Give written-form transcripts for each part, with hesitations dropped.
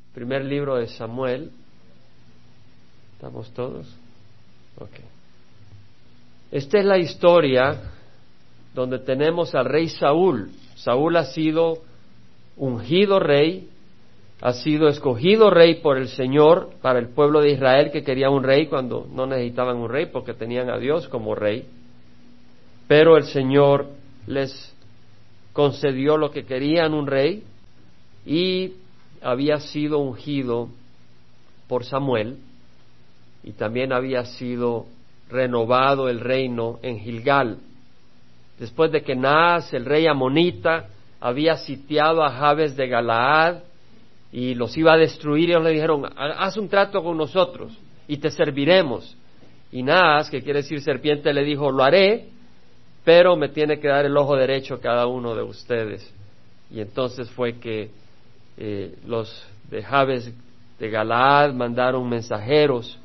Primer libro de Samuel. ¿Estamos todos? Ok. Esta es la historia donde tenemos al rey Saúl. Saúl ha sido ungido rey, ha sido escogido rey por el Señor para el pueblo de Israel, que quería un rey cuando no necesitaban un rey porque tenían a Dios como rey. Pero el Señor les concedió lo que querían, un rey, y había sido ungido por Samuel, y también había sido renovado el reino en Gilgal. Después de que Naas, el rey amonita, había sitiado a Jabes de Galaad y los iba a destruir, ellos le dijeron: haz un trato con nosotros y te serviremos. Y Naas, que quiere decir serpiente, le dijo: lo haré, pero me tiene que dar el ojo derecho cada uno de ustedes. Y entonces fue que los de Jabes de Galaad mandaron mensajeros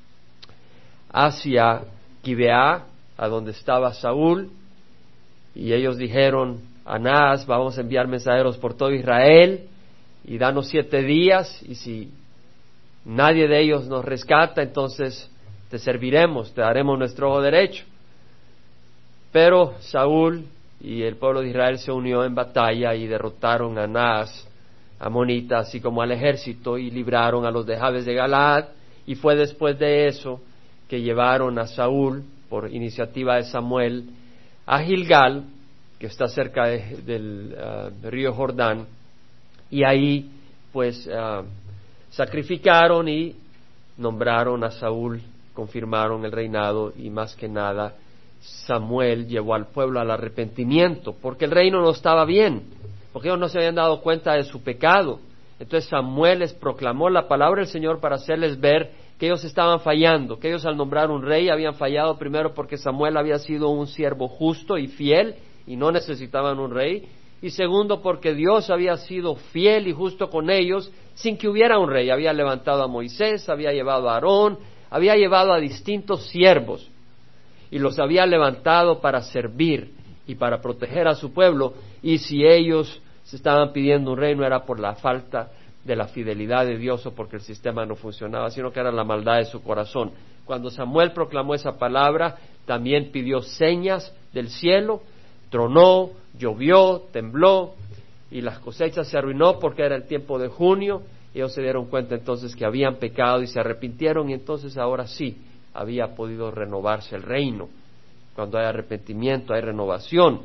hacia Gibeá, a donde estaba Saúl, y ellos dijeron a Naas: vamos a enviar mensajeros por todo Israel y danos 7 días, y si nadie de ellos nos rescata, entonces te serviremos, te daremos nuestro ojo derecho. Pero Saúl y el pueblo de Israel se unió en batalla y derrotaron a Naas, amonita, así como al ejército, y libraron a los de Jabes de Galaad. Y fue después de eso que llevaron a Saúl, por iniciativa de Samuel, a Gilgal, que está cerca del río Jordán, y ahí pues sacrificaron y nombraron a Saúl, confirmaron el reinado, y más que nada Samuel llevó al pueblo al arrepentimiento, porque el reino no estaba bien, porque ellos no se habían dado cuenta de su pecado. Entonces Samuel les proclamó la palabra del Señor para hacerles ver que ellos estaban fallando, que ellos al nombrar un rey habían fallado, primero porque Samuel había sido un siervo justo y fiel y no necesitaban un rey, y segundo porque Dios había sido fiel y justo con ellos sin que hubiera un rey. Había levantado a Moisés, había llevado a Aarón, había llevado a distintos siervos y los había levantado para servir y para proteger a su pueblo, y si ellos se estaban pidiendo un rey no era por la falta de la fidelidad de Dios o porque el sistema no funcionaba, sino que era la maldad de su corazón. Cuando Samuel proclamó esa palabra, también pidió señas del cielo, tronó, llovió, tembló, y las cosechas se arruinó porque era el tiempo de junio. Ellos se dieron cuenta entonces que habían pecado y se arrepintieron, y entonces ahora sí había podido renovarse el reino. Cuando hay arrepentimiento hay renovación.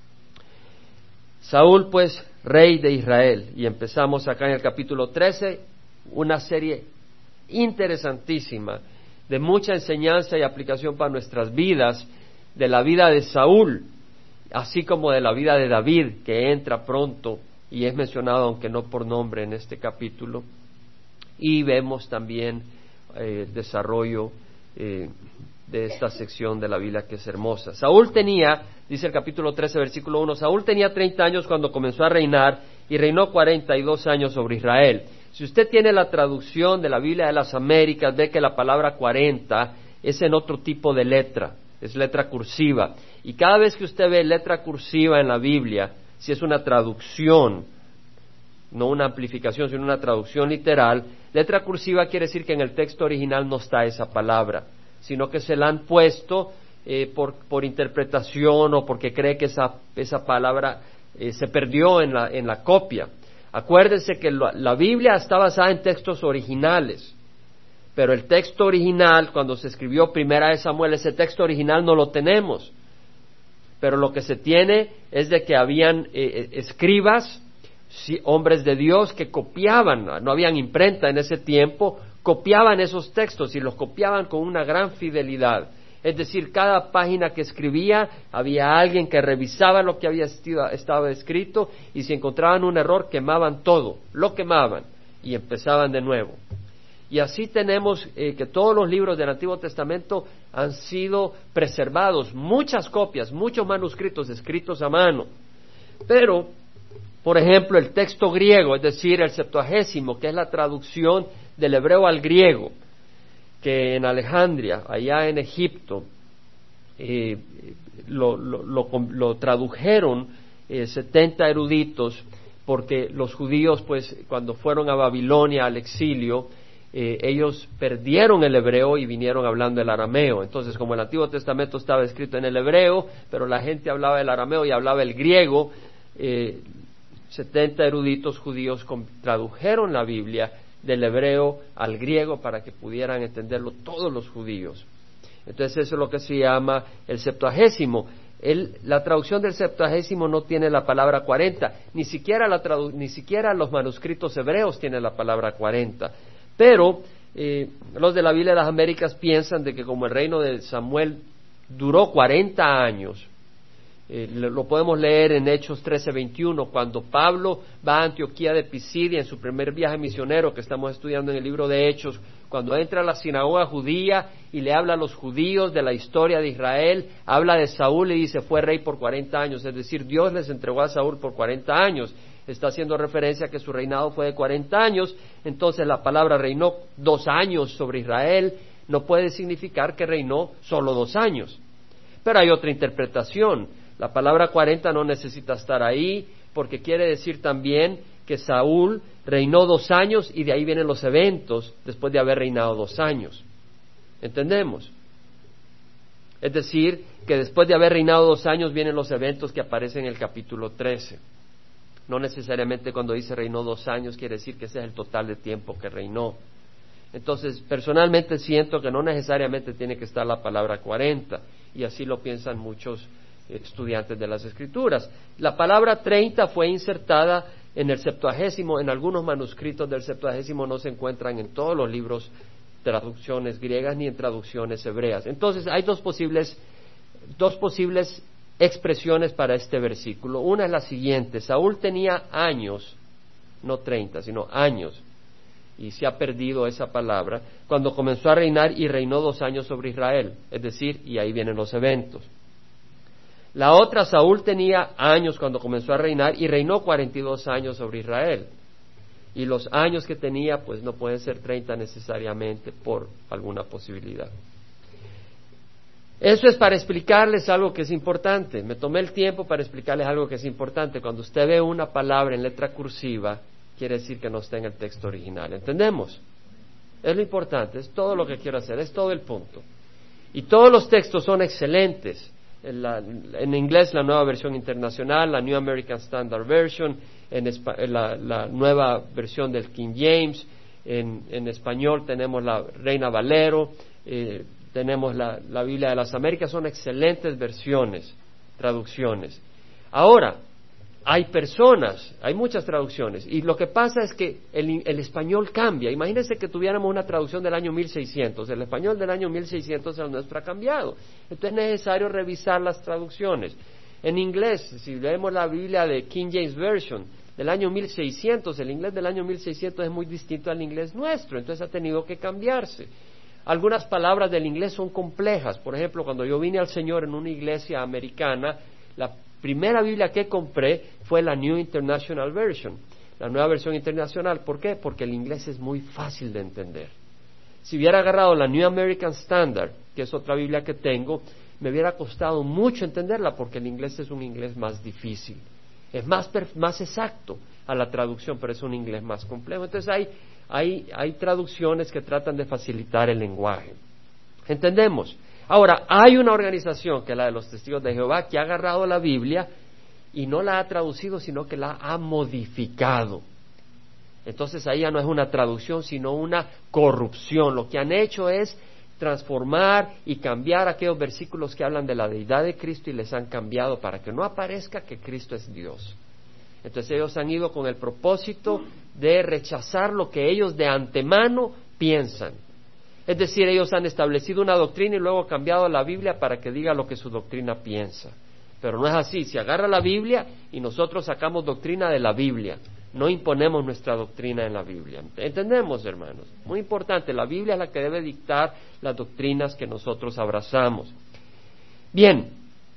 Saúl pues rey de Israel, y empezamos acá en el capítulo 13, una serie interesantísima de mucha enseñanza y aplicación para nuestras vidas, de la vida de Saúl, así como de la vida de David, que entra pronto y es mencionado aunque no por nombre en este capítulo, y vemos también el desarrollo de esta sección de la Biblia, que es hermosa. Saúl tenía, dice el capítulo 13, versículo 1, Saúl tenía 30 años cuando comenzó a reinar, y reinó 42 años sobre Israel. Si usted tiene la traducción de la Biblia de las Américas, ve que la palabra 40 es en otro tipo de letra, es letra cursiva, y cada vez que usted ve letra cursiva en la Biblia, si es una traducción, no una amplificación, sino una traducción literal, letra cursiva quiere decir que en el texto original no está esa palabra, sino que se la han puesto por interpretación o porque cree que esa palabra se perdió en la copia. Acuérdense que la Biblia está basada en textos originales, pero el texto original, cuando se escribió Primera de Samuel, ese texto original no lo tenemos, pero lo que se tiene es de que habían escribas, hombres de Dios, que copiaban, no habían imprenta en ese tiempo, copiaban esos textos y los copiaban con una gran fidelidad. Es decir, cada página que escribía había alguien que revisaba lo que había estado escrito, y si encontraban un error quemaban todo, lo quemaban y empezaban de nuevo. Y así tenemos que todos los libros del Antiguo Testamento han sido preservados, muchas copias, muchos manuscritos escritos a mano. Pero, por ejemplo, el texto griego, es decir, el Septuagésimo, que es la traducción del hebreo al griego, que en Alejandría, allá en Egipto, lo tradujeron 70 eruditos porque los judíos, pues, cuando fueron a Babilonia al exilio, ellos perdieron el hebreo y vinieron hablando el arameo. Entonces, como el Antiguo Testamento estaba escrito en el hebreo, pero la gente hablaba el arameo y hablaba el griego, 70 eruditos judíos tradujeron la Biblia del hebreo al griego para que pudieran entenderlo todos los judíos. Entonces eso es lo que se llama el Septuagésimo. La traducción del Septuagésimo no tiene la palabra 40, ni siquiera los manuscritos hebreos tienen la palabra 40. Pero los de la Biblia de las Américas piensan de que como el reino de Samuel duró 40 años, lo podemos leer en Hechos 13:21, cuando Pablo va a Antioquía de Pisidia en su primer viaje misionero que estamos estudiando en el libro de Hechos, cuando entra a la sinagoga judía y le habla a los judíos de la historia de Israel, habla de Saúl y dice fue rey por 40 años, es decir, Dios les entregó a Saúl por 40 años, está haciendo referencia a que su reinado fue de 40 años, entonces la palabra reinó 2 años sobre Israel, no puede significar que reinó solo 2 años, pero hay otra interpretación. La palabra 40 no necesita estar ahí porque quiere decir también que Saúl reinó 2 años y de ahí vienen los eventos después de haber reinado 2 años. ¿Entendemos? Es decir, que después de haber reinado 2 años vienen los eventos que aparecen en el capítulo 13. No necesariamente cuando dice reinó 2 años quiere decir que ese es el total de tiempo que reinó. Entonces, personalmente siento que no necesariamente tiene que estar la palabra 40 y así lo piensan muchos estudiantes de las Escrituras. La palabra 30 fue insertada en el Septuagésimo, en algunos manuscritos del Septuagésimo no se encuentran en todos los libros, traducciones griegas ni en traducciones hebreas. Entonces hay dos posibles expresiones para este versículo. Una es la siguiente: Saúl tenía años, no 30, sino años, y se ha perdido esa palabra, cuando comenzó a reinar y reinó 2 años sobre Israel, es decir, y ahí vienen los eventos. La otra, Saúl tenía años cuando comenzó a reinar y reinó 42 años sobre Israel. Y los años que tenía, pues no pueden ser 30 necesariamente por alguna posibilidad. Eso es para explicarles algo que es importante. Me tomé el tiempo para explicarles algo que es importante. Cuando usted ve una palabra en letra cursiva, quiere decir que no está en el texto original. ¿Entendemos? Es lo importante, es todo lo que quiero hacer, es todo el punto. Y todos los textos son excelentes. En inglés la Nueva Versión Internacional, la New American Standard Version, la nueva versión del King James, en español tenemos la Reina Valero, tenemos la Biblia de las Américas, son excelentes versiones, traducciones. Ahora, hay muchas traducciones, y lo que pasa es que el español cambia. Imagínense que tuviéramos una traducción del año 1600, el español del año 1600 el nuestro ha cambiado, entonces es necesario revisar las traducciones. En inglés, si leemos la Biblia de King James Version del año 1600, el inglés del año 1600 es muy distinto al inglés nuestro, entonces ha tenido que cambiarse. Algunas palabras del inglés son complejas. Por ejemplo, cuando yo vine al Señor en una iglesia americana, la primera Biblia que compré fue la New International Version, la nueva versión internacional. ¿Por qué? Porque el inglés es muy fácil de entender. Si hubiera agarrado la New American Standard, que es otra Biblia que tengo, me hubiera costado mucho entenderla porque el inglés es un inglés más difícil. Es más exacto a la traducción, pero es un inglés más complejo. Entonces hay traducciones que tratan de facilitar el lenguaje. ¿Entendemos? Ahora, hay una organización, que es la de los Testigos de Jehová, que ha agarrado la Biblia y no la ha traducido, sino que la ha modificado. Entonces ahí ya no es una traducción, sino una corrupción. Lo que han hecho es transformar y cambiar aquellos versículos que hablan de la deidad de Cristo y les han cambiado para que no aparezca que Cristo es Dios. Entonces ellos han ido con el propósito de rechazar lo que ellos de antemano piensan. Es decir, ellos han establecido una doctrina y luego cambiado la Biblia para que diga lo que su doctrina piensa. Pero no es así. Se agarra la Biblia y nosotros sacamos doctrina de la Biblia. No imponemos nuestra doctrina en la Biblia. ¿Entendemos, hermanos? Muy importante. La Biblia es la que debe dictar las doctrinas que nosotros abrazamos. Bien.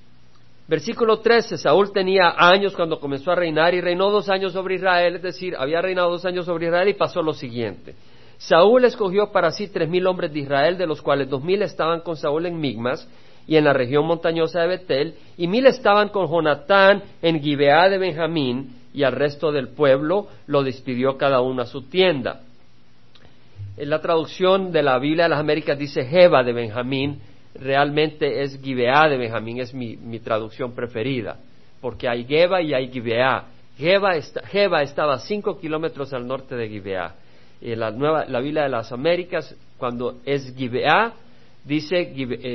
Versículo 13. Saúl tenía años cuando comenzó a reinar y reinó 2 años sobre Israel. Es decir, había reinado 2 años sobre Israel y pasó lo siguiente. Saúl escogió para sí 3,000 hombres de Israel, de los cuales 2,000 estaban con Saúl en Migmas y en la región montañosa de Betel, y 1,000 estaban con Jonatán en Gibeá de Benjamín, y al resto del pueblo lo despidió cada uno a su tienda. En la traducción de la Biblia de las Américas dice Geba de Benjamín, realmente es Gibeá de Benjamín, es mi traducción preferida, porque hay Geba y hay Gibeá. Geba estaba 5 kilómetros al norte de Gibeá. La Biblia de las Américas, cuando es Gibeá, dice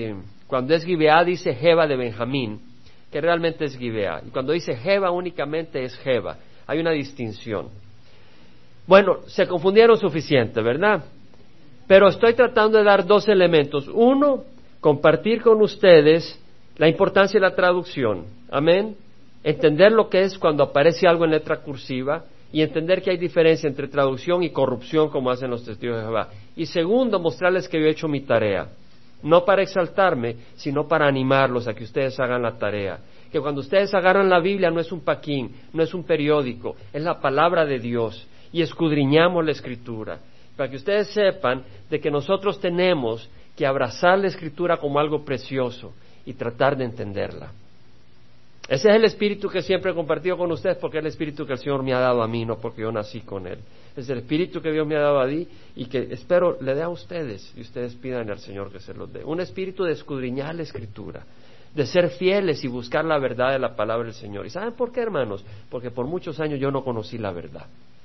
Geba de Benjamín, que realmente es Gibeá. Y cuando dice Geba únicamente es Geba. Hay una distinción. Bueno, se confundieron suficiente, ¿verdad? Pero estoy tratando de dar 2 elementos. Uno, compartir con ustedes la importancia de la traducción. Amén. Entender lo que es cuando aparece algo en letra cursiva y entender que hay diferencia entre traducción y corrupción, como hacen los testigos de Jehová. Y segundo, mostrarles que yo he hecho mi tarea. No para exaltarme, sino para animarlos a que ustedes hagan la tarea. Que cuando ustedes agarran la Biblia no es un paquín, no es un periódico, es la palabra de Dios. Y escudriñamos la Escritura. Para que ustedes sepan de que nosotros tenemos que abrazar la Escritura como algo precioso y tratar de entenderla. Ese es el espíritu que siempre he compartido con ustedes, porque es el espíritu que el Señor me ha dado a mí, no porque yo nací con Él. Es el espíritu que Dios me ha dado a mí y que espero le dé a ustedes, y ustedes pidan al Señor que se los dé. Un espíritu de escudriñar la Escritura, de ser fieles y buscar la verdad de la palabra del Señor. ¿Y saben por qué, hermanos? Porque por muchos años yo no conocí la verdad.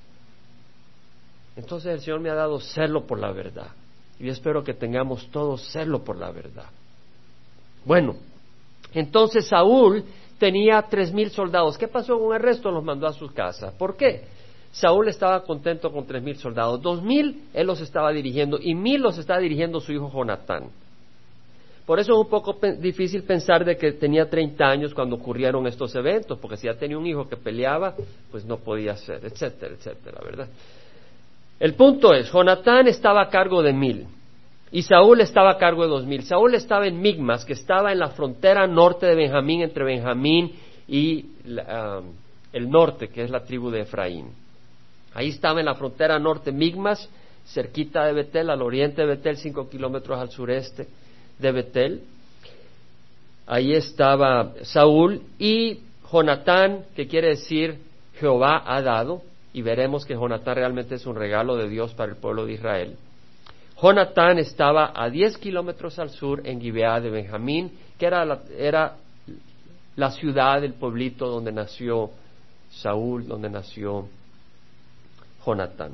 Entonces el Señor me ha dado celo por la verdad. Y yo espero que tengamos todos celo por la verdad. Bueno, entonces Saúl tenía 3,000 soldados. ¿Qué pasó con el resto? Los mandó a su casa. ¿Por qué? Saúl estaba contento con 3,000 soldados. 2,000 él los estaba dirigiendo y 1,000 los estaba dirigiendo su hijo Jonatán. Por eso es un poco difícil pensar de que tenía 30 años cuando ocurrieron estos eventos, porque si ya tenía un hijo que peleaba, pues no podía ser, etcétera, etcétera, ¿verdad? El punto es, Jonatán estaba a cargo de 1,000 y Saúl estaba a cargo de 2,000. Saúl estaba en Migmas, que estaba en la frontera norte de Benjamín, entre Benjamín y el norte, que es la tribu de Efraín. Ahí estaba en la frontera norte Migmas, cerquita de Betel, al oriente de Betel, 5 kilómetros al sureste de Betel. Ahí estaba Saúl y Jonatán, que quiere decir Jehová ha dado, y veremos que Jonatán realmente es un regalo de Dios para el pueblo de Israel. Jonatán estaba a 10 kilómetros al sur en Gibeá de Benjamín, que era la ciudad, el pueblito donde nació Saúl, donde nació Jonatán.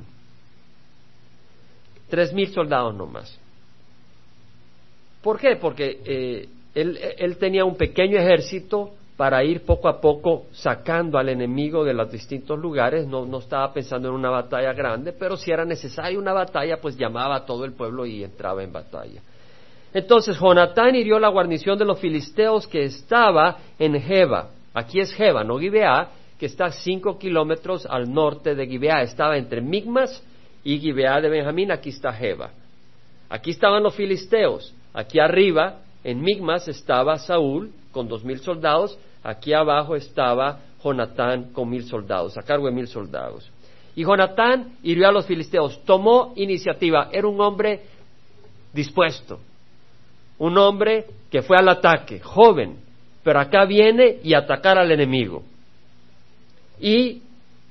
3,000 soldados nomás. ¿Por qué? Porque él tenía un pequeño ejército para ir poco a poco sacando al enemigo de los distintos lugares. No estaba pensando en una batalla grande, pero si era necesaria una batalla, pues llamaba a todo el pueblo y entraba en batalla. Entonces Jonatán hirió la guarnición de los filisteos que estaba en Geba. Aquí es Geba, no Gibeá, que está a 5 kilómetros al norte de Gibeá. Estaba entre Migmas y Gibeá de Benjamín. Aquí está Geba. Aquí estaban los filisteos. Aquí arriba, en Migmas, estaba Saúl con 2,000 soldados. Aquí abajo estaba Jonatán con 1,000 soldados, a cargo de 1,000 soldados. Y Jonatán hirió a los filisteos, tomó iniciativa, era un hombre dispuesto, un hombre que fue al ataque, joven, pero acá viene y atacar al enemigo. Y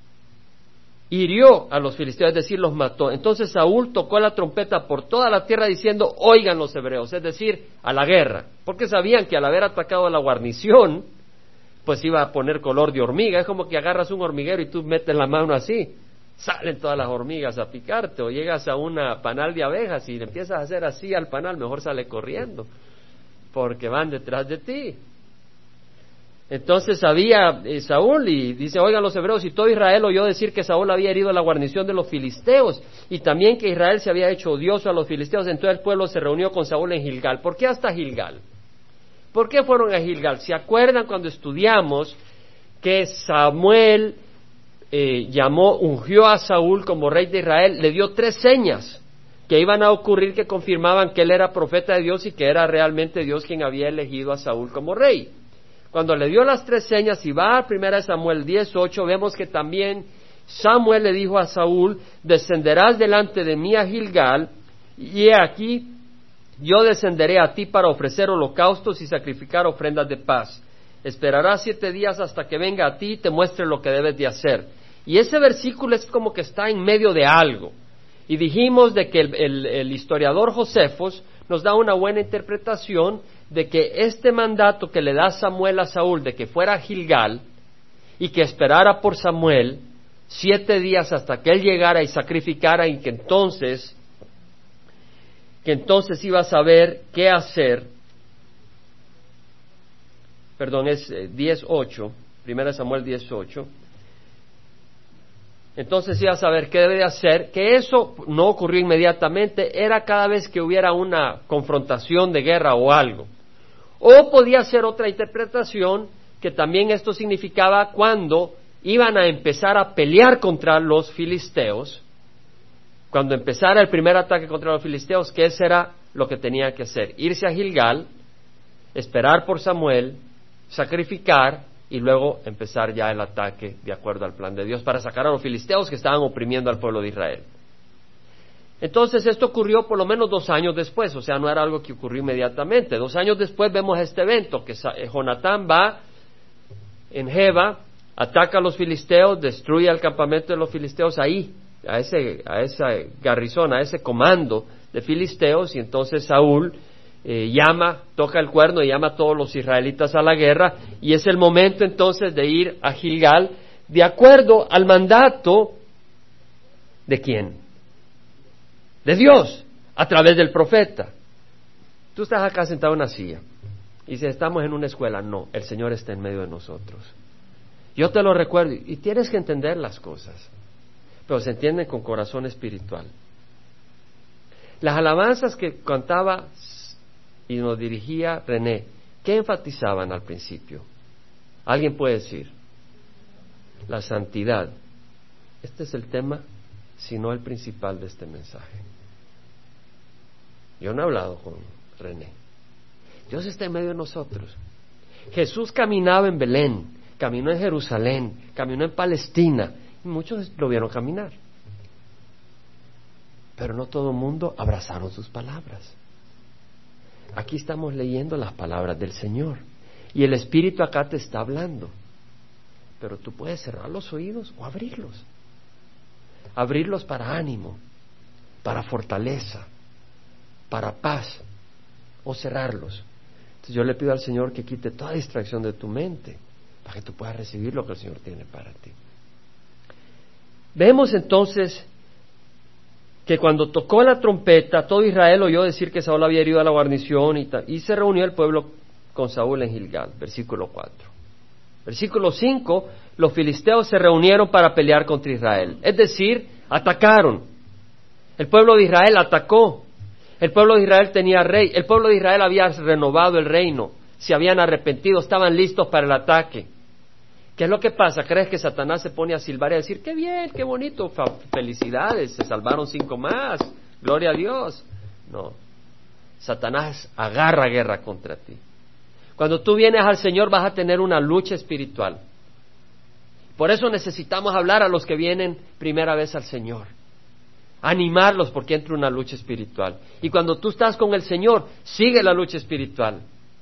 hirió a los filisteos, es decir, los mató. Entonces Saúl tocó la trompeta por toda la tierra diciendo, oigan los hebreos, es decir, a la guerra, porque sabían que al haber atacado a la guarnición, pues iba a poner color de hormiga. Es como que agarras un hormiguero y tú metes la mano así, salen todas las hormigas a picarte, o llegas a una panal de abejas y le empiezas a hacer así al panal, mejor sale corriendo, porque van detrás de ti. Entonces sabía Saúl y dice, oigan los hebreos, y todo Israel oyó decir que Saúl había herido a la guarnición de los filisteos, y también que Israel se había hecho odioso a los filisteos. Entonces el pueblo se reunió con Saúl en Gilgal. ¿Por qué hasta Gilgal? ¿Por qué fueron a Gilgal? ¿Se acuerdan cuando estudiamos que Samuel ungió a Saúl como rey de Israel? Le dio 3 señas que iban a ocurrir que confirmaban que él era profeta de Dios y que era realmente Dios quien había elegido a Saúl como rey. Cuando le dio las 3 señas y va a 1 Samuel 10:8, vemos que también Samuel le dijo a Saúl, descenderás delante de mí a Gilgal, y he aquí yo descenderé a ti para ofrecer holocaustos y sacrificar ofrendas de paz. esperarás 7 días hasta que venga a ti y te muestre lo que debes de hacer. Y ese versículo es como que está en medio de algo. Y dijimos de que el historiador Josefos nos da una buena interpretación de que este mandato que le da Samuel a Saúl de que fuera a Gilgal y que esperara por Samuel 7 días hasta que él llegara y sacrificara, y que entonces iba a saber qué hacer. Perdón, es 10:8, 1 Samuel 10:8. Entonces iba a saber qué debe de hacer, que eso no ocurrió inmediatamente, era cada vez que hubiera una confrontación de guerra o algo. O podía ser otra interpretación, que también esto significaba cuando iban a empezar a pelear contra los filisteos, cuando empezara el primer ataque contra los filisteos, que ese era lo que tenía que hacer, irse a Gilgal, esperar por Samuel, sacrificar y luego empezar ya el ataque de acuerdo al plan de Dios para sacar a los filisteos que estaban oprimiendo al pueblo de Israel. Entonces esto ocurrió por lo menos 2 años después, o sea, no era algo que ocurrió inmediatamente. 2 años después vemos este evento, que Jonatán va en Geba, ataca a los filisteos, destruye el campamento de los filisteos ahí, a esa garrizón, a ese comando de filisteos, y entonces Saúl toca el cuerno y llama a todos los israelitas a la guerra, y es el momento entonces de ir a Gilgal de acuerdo al mandato ¿de quién? De Dios, a través del profeta. Tú estás acá sentado en una silla y dices, estamos en una escuela. No, el Señor está en medio de nosotros. Yo te lo recuerdo, y tienes que entender las cosas, pero se entienden con corazón espiritual. Las alabanzas que cantaba y nos dirigía René, ¿qué enfatizaban al principio? ¿Alguien puede decir? La santidad. Este es el tema, sino el principal de este mensaje. Yo no he hablado con René. Dios está en medio de nosotros. Jesús caminaba en Belén, caminó en Jerusalén, caminó en Palestina, y muchos lo vieron caminar. Pero no todo el mundo abrazaron sus palabras. Aquí estamos leyendo las palabras del Señor, y el Espíritu acá te está hablando, pero tú puedes cerrar los oídos o abrirlos para ánimo, para fortaleza, para paz, o cerrarlos. Entonces yo le pido al Señor que quite toda distracción de tu mente para que tú puedas recibir lo que el Señor tiene para ti. Vemos entonces que cuando tocó la trompeta, todo Israel oyó decir que Saúl había herido a la guarnición y se reunió el pueblo con Saúl en Gilgal, versículo 4. Versículo 5, los filisteos se reunieron para pelear contra Israel, es decir, atacaron. El pueblo de Israel atacó. El pueblo de Israel tenía rey. El pueblo de Israel había renovado el reino, se habían arrepentido, estaban listos para el ataque. ¿Qué es lo que pasa? ¿Crees que Satanás se pone a silbar y a decir, qué bien, qué bonito, felicidades, se salvaron 5 más, gloria a Dios? No, Satanás agarra guerra contra ti. Cuando tú vienes al Señor vas a tener una lucha espiritual. Por eso necesitamos hablar a los que vienen primera vez al Señor, animarlos, porque entra una lucha espiritual. Y cuando tú estás con el Señor, sigue la lucha espiritual,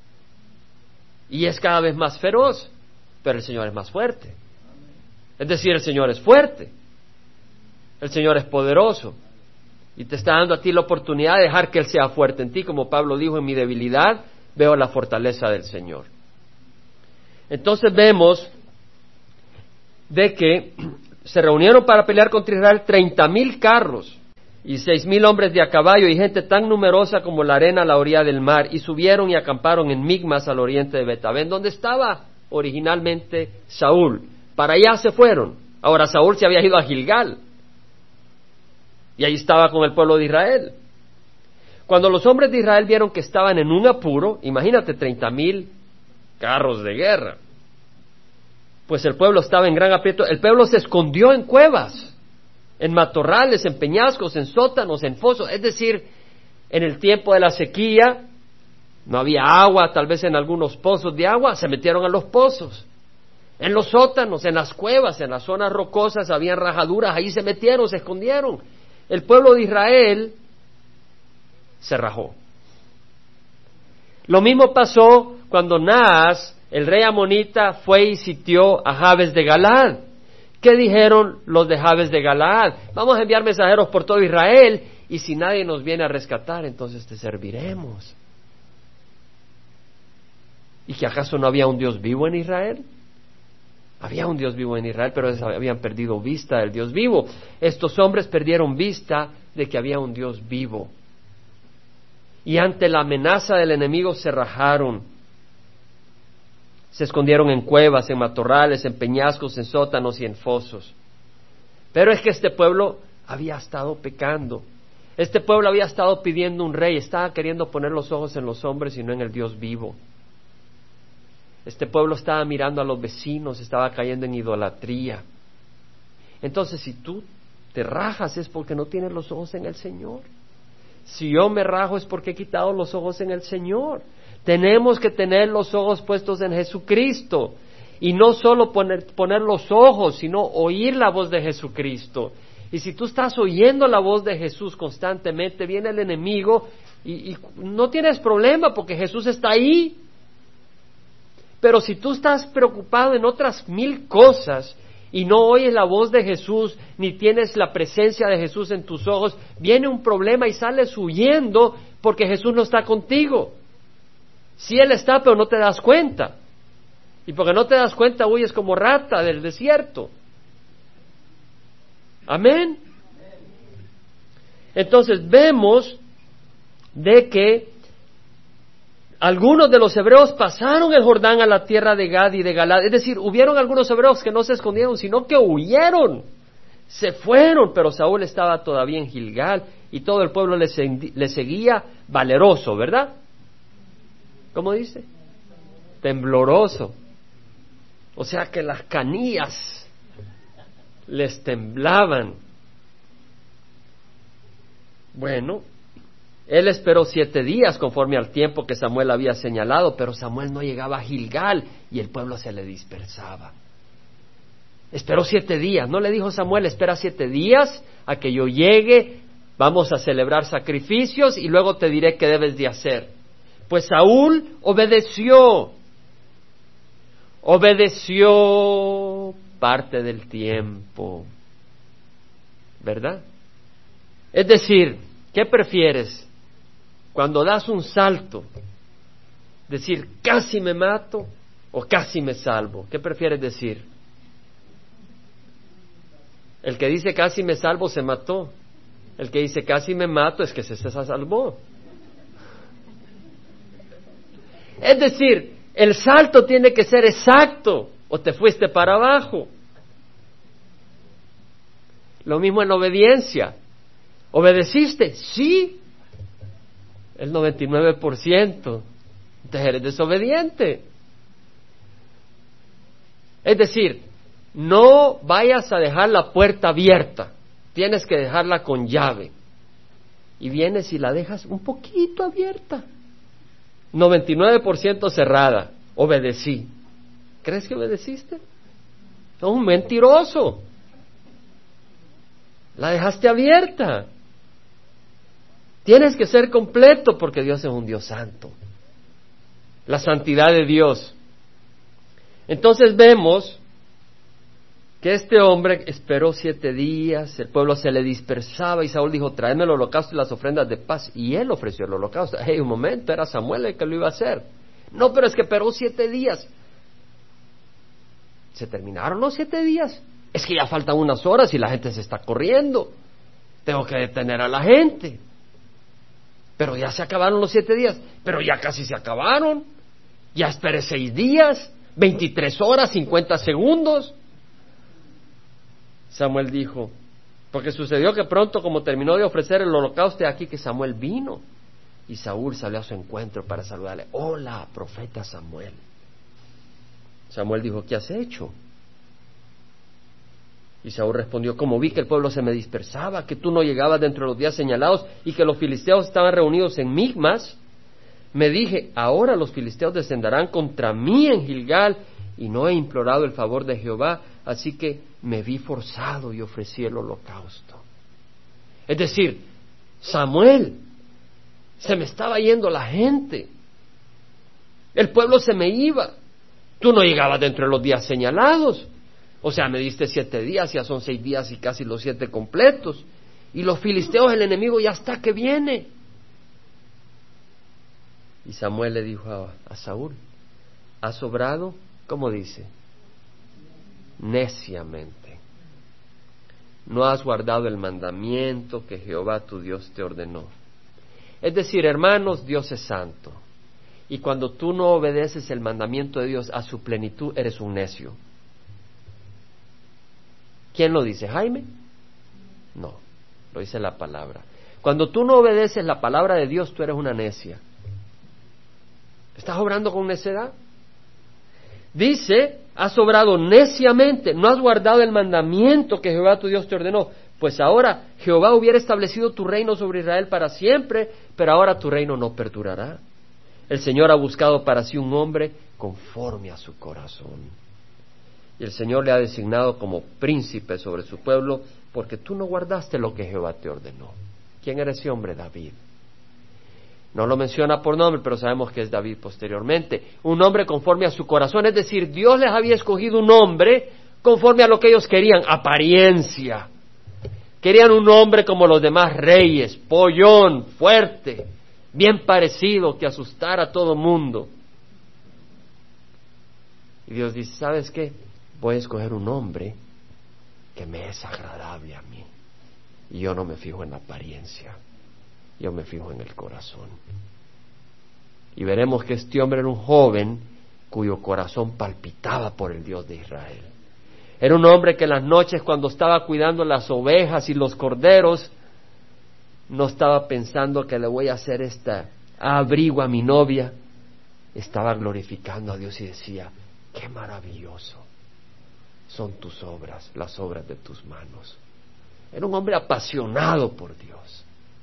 y es cada vez más feroz. Pero el Señor es más fuerte. Es decir, el Señor es fuerte. El Señor es poderoso. Y te está dando a ti la oportunidad de dejar que Él sea fuerte en ti. Como Pablo dijo, en mi debilidad veo la fortaleza del Señor. Entonces vemos de que se reunieron para pelear contra Israel 30,000 carros y 6,000 hombres de a caballo y gente tan numerosa como la arena a la orilla del mar. Y subieron y acamparon en Migmas al oriente de Betabén, donde estaba originalmente Saúl. Para allá se fueron. Ahora Saúl se había ido a Gilgal y ahí estaba con el pueblo de Israel. Cuando los hombres de Israel vieron que estaban en un apuro, imagínate 30,000 carros de guerra, pues el pueblo estaba en gran aprieto. El pueblo se escondió en cuevas, en matorrales, en peñascos, en sótanos, en fosos. Es decir, en el tiempo de la sequía no había agua, tal vez en algunos pozos de agua, se metieron a los pozos. En los sótanos, en las cuevas, en las zonas rocosas, habían rajaduras, ahí se metieron, se escondieron. El pueblo de Israel se rajó. Lo mismo pasó cuando Naas el rey amonita fue y sitió a Jabes de Galaad. ¿Qué dijeron los de Jabes de Galaad? Vamos a enviar mensajeros por todo Israel, y si nadie nos viene a rescatar, entonces te serviremos. ¿Y que acaso no había un Dios vivo en Israel? Había un Dios vivo en Israel, pero habían perdido vista del Dios vivo. Estos hombres perdieron vista de que había un Dios vivo. Y ante la amenaza del enemigo se rajaron. Se escondieron en cuevas, en matorrales, en peñascos, en sótanos y en fosos. Pero es que este pueblo había estado pecando. Este pueblo había estado pidiendo un rey, estaba queriendo poner los ojos en los hombres y no en el Dios vivo. Este pueblo estaba mirando a los vecinos, estaba cayendo en idolatría. Entonces, si tú te rajas es porque no tienes los ojos en el Señor. Si yo me rajo es porque he quitado los ojos en el Señor. Tenemos que tener los ojos puestos en Jesucristo. Y no solo poner los ojos, sino oír la voz de Jesucristo. Y si tú estás oyendo la voz de Jesús constantemente, viene el enemigo y no tienes problema porque Jesús está ahí. Pero si tú estás preocupado en otras 1000 cosas y no oyes la voz de Jesús, ni tienes la presencia de Jesús en tus ojos, viene un problema y sales huyendo porque Jesús no está contigo. Sí, Él está, pero no te das cuenta. Y porque no te das cuenta, huyes como rata del desierto. Amén. Entonces vemos de que algunos de los hebreos pasaron el Jordán a la tierra de Gad y de Galaad. Es decir, hubieron algunos hebreos que no se escondieron, sino que huyeron. Se fueron, pero Saúl estaba todavía en Gilgal y todo el pueblo le seguía valeroso, ¿verdad? ¿Cómo dice? Tembloroso. O sea que las canillas les temblaban. Bueno, él esperó 7 días conforme al tiempo que Samuel había señalado, pero Samuel no llegaba a Gilgal y el pueblo se le dispersaba. Esperó 7 días, no le dijo Samuel, espera 7 días a que yo llegue, vamos a celebrar sacrificios y luego te diré qué debes de hacer. Pues Saúl obedeció parte del tiempo, ¿verdad? Es decir, ¿qué prefieres? Cuando das un salto, decir casi me mato o casi me salvo. ¿Qué prefieres decir? El que dice casi me salvo se mató. El que dice casi me mato es que se salvó. Es decir, el salto tiene que ser exacto o te fuiste para abajo. Lo mismo en obediencia. ¿Obedeciste? Sí. El 99%. Entonces eres desobediente. Es decir, no vayas a dejar la puerta abierta. Tienes que dejarla con llave. Y vienes y la dejas un poquito abierta. 99% cerrada. Obedecí. ¿Crees que obedeciste? No, un mentiroso. La dejaste abierta. Tienes que ser completo porque Dios es un Dios santo. La santidad de Dios. Entonces vemos que este hombre esperó 7 días, el pueblo se le dispersaba y Saúl dijo, tráeme el holocausto y las ofrendas de paz. Y él ofreció el holocausto. Hey, un momento, era Samuel el que lo iba a hacer. No, pero es que esperó 7 días. ¿Se terminaron los 7 días? Es que ya faltan unas horas y la gente se está corriendo. Tengo que detener a la gente. Pero ya se acabaron los 7 días. Pero ya casi se acabaron. Ya esperé 6 días, 23 horas, 50 segundos. Samuel dijo, porque sucedió que pronto como terminó de ofrecer el holocausto, aquí que Samuel vino. Y Saúl salió a su encuentro para saludarle. Hola, profeta Samuel. Samuel dijo, ¿qué has hecho? Y Saúl respondió, como vi que el pueblo se me dispersaba, que tú no llegabas dentro de los días señalados y que los filisteos estaban reunidos en Migmas, me dije, ahora los filisteos descenderán contra mí en Gilgal y no he implorado el favor de Jehová, así que me vi forzado y ofrecí el holocausto. Es decir, Samuel, se me estaba yendo la gente, el pueblo se me iba, Tú no llegabas dentro de los días señalados. O sea, me diste 7 días, ya son 6 días y casi los 7 completos. Y los filisteos, el enemigo ya está que viene. Y Samuel le dijo a Saúl, ¿has obrado? ¿Cómo dice? Neciamente. No has guardado el mandamiento que Jehová tu Dios te ordenó. Es decir, hermanos, Dios es santo. Y cuando tú no obedeces el mandamiento de Dios a su plenitud, eres un necio. ¿Quién lo dice? ¿Jaime? No, lo dice la palabra. Cuando tú no obedeces la palabra de Dios, tú eres una necia. ¿Estás obrando con necedad? Dice, has obrado neciamente, no has guardado el mandamiento que Jehová tu Dios te ordenó. Pues ahora Jehová hubiera establecido tu reino sobre Israel para siempre, pero ahora tu reino no perdurará. El Señor ha buscado para sí un hombre conforme a su corazón. Y el Señor le ha designado como príncipe sobre su pueblo, porque tú no guardaste lo que Jehová te ordenó. ¿Quién era ese hombre? David. No lo menciona por nombre, pero sabemos que es David posteriormente. Un hombre conforme a su corazón, es decir, Dios les había escogido un hombre conforme a lo que ellos querían, apariencia. Querían un hombre como los demás reyes, pollón, fuerte, bien parecido, que asustara a todo mundo. Y Dios dice, ¿sabes qué? Voy a escoger un hombre que me es agradable a mí. Y yo no me fijo en la apariencia, yo me fijo en el corazón. Y veremos que este hombre era un joven cuyo corazón palpitaba por el Dios de Israel. Era un hombre que en las noches, cuando estaba cuidando las ovejas y los corderos, no estaba pensando que le voy a hacer esta abrigo a mi novia. Estaba glorificando a Dios y decía, qué maravilloso son tus obras, las obras de tus manos. Era un hombre apasionado por Dios,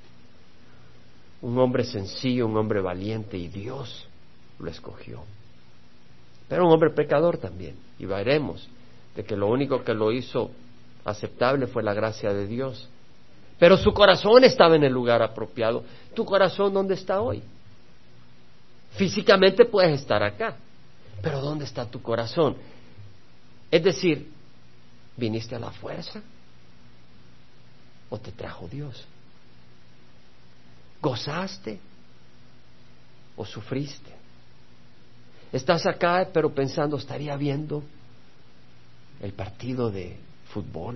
un hombre sencillo, un hombre valiente, y Dios lo escogió. Pero un hombre pecador también, y veremos de que lo único que lo hizo aceptable fue la gracia de Dios. Pero su corazón estaba en el lugar apropiado. ¿Tu corazón dónde está hoy? Físicamente puedes estar acá, pero ¿dónde está tu corazón? Es decir, ¿viniste a la fuerza o te trajo Dios? ¿Gozaste o sufriste? Estás acá, pero pensando, ¿estaría viendo el partido de fútbol?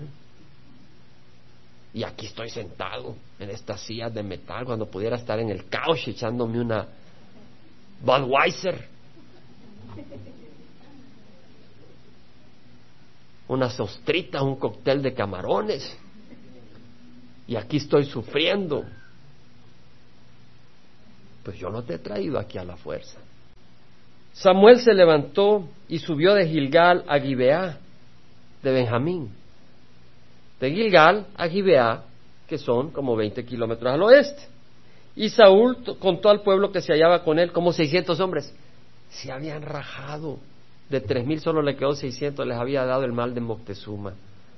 Y aquí estoy sentado en estas sillas de metal cuando pudiera estar en el couch echándome una Budweiser, unas ostritas, un cóctel de camarones, y aquí estoy sufriendo. Pues yo no te he traído aquí a la fuerza. Samuel se levantó y subió de Gilgal a Gibeá de Benjamín, de Gilgal a Gibeá, que son como 20 kilómetros al oeste. Y Saúl contó al pueblo que se hallaba con él como 600 hombres. Se habían rajado. De 3,000 solo le quedó 600. Les había dado el mal de Moctezuma.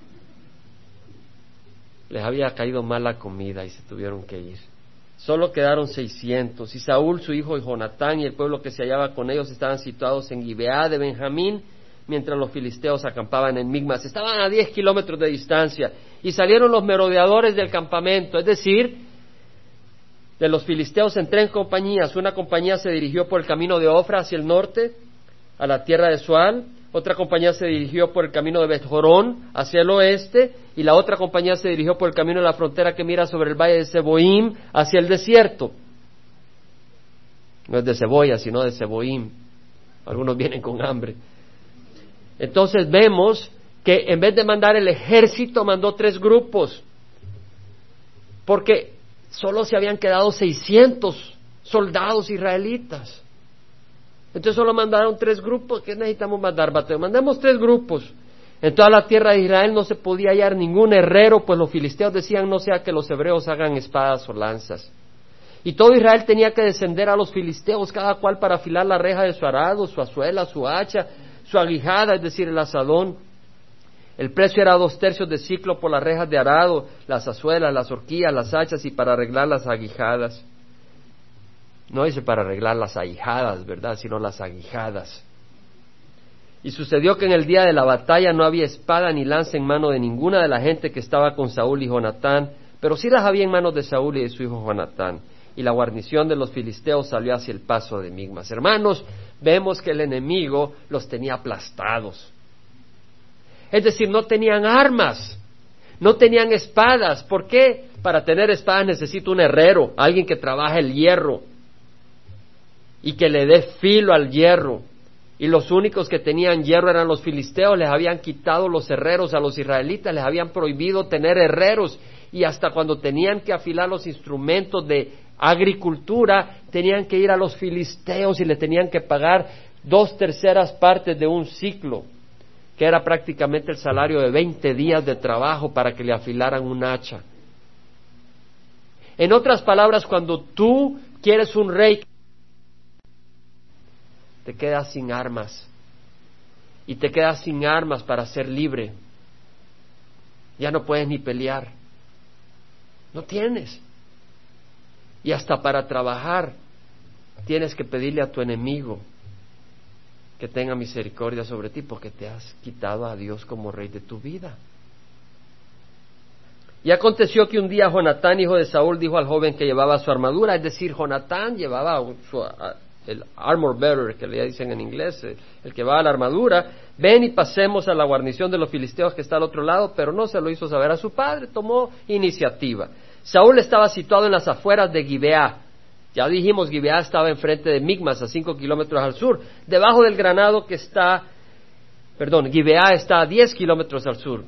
Les había caído mal la comida y se tuvieron que ir. Solo quedaron 600. Y Saúl, su hijo Jonatán y el pueblo que se hallaba con ellos estaban situados en Gibeá de Benjamín, mientras los filisteos acampaban en Migmas. Estaban a 10 kilómetros de distancia. Y salieron los merodeadores del campamento, es decir, de los filisteos en 3 compañías. Una compañía se dirigió por el camino de Ofra hacia el norte, a la tierra de Sual. Otra compañía se dirigió por el camino de Bet-Jorón hacia el oeste, y la otra compañía se dirigió por el camino de la frontera que mira sobre el valle de Seboim hacia el desierto. No es de cebolla, sino de Seboim. Algunos vienen con hambre. Entonces vemos que en vez de mandar el ejército, mandó 3 grupos, porque solo se habían quedado 600 soldados israelitas. Entonces solo mandaron 3 grupos. ¿Qué necesitamos mandar, Mateo? Mandemos 3 grupos. En toda la tierra de Israel no se podía hallar ningún herrero, pues los filisteos decían, no sea que los hebreos hagan espadas o lanzas. Y todo Israel tenía que descender a los filisteos, cada cual para afilar la reja de su arado, su azuela, su hacha, su aguijada, es decir, el asadón. El precio era 2 tercios de siclo por las rejas de arado, las azuelas, las horquillas, las hachas y para arreglar las aguijadas. No dice para arreglar las aguijadas, ¿verdad? Sino las aguijadas. Y sucedió que en el día de la batalla no había espada ni lanza en mano de ninguna de la gente que estaba con Saúl y Jonatán, pero sí las había en manos de Saúl y de su hijo Jonatán. Y la guarnición de los filisteos salió hacia el paso de Migmas. Hermanos, vemos que el enemigo los tenía aplastados. Es decir, no tenían armas, no tenían espadas. ¿Por qué? Para tener espadas necesita un herrero, alguien que trabaje el hierro y que le dé filo al hierro. Y los únicos que tenían hierro eran los filisteos. Les habían quitado los herreros a los israelitas, les habían prohibido tener herreros, y hasta cuando tenían que afilar los instrumentos de agricultura tenían que ir a los filisteos y le tenían que pagar 2/3 partes de un ciclo, que era prácticamente el salario de 20 días de trabajo para que le afilaran un hacha. En otras palabras, cuando tú quieres un rey, te quedas sin armas, y te quedas sin armas para ser libre. Ya no puedes ni pelear, no tienes. Y hasta para trabajar tienes que pedirle a tu enemigo que tenga misericordia sobre ti, porque te has quitado a Dios como rey de tu vida. Y aconteció que un día Jonatán, hijo de Saúl, dijo al joven que llevaba su armadura, es decir, Jonatán llevaba el armor bearer, que le dicen en inglés, el que va a la armadura: ven y pasemos a la guarnición de los filisteos que está al otro lado. Pero no se lo hizo saber a su padre, tomó iniciativa. Saúl estaba situado en las afueras de Gibeá. Ya dijimos, Gibeá estaba enfrente de Migmas, a 5 kilómetros al sur, debajo del granado que está, Gibeá está a 10 kilómetros al sur.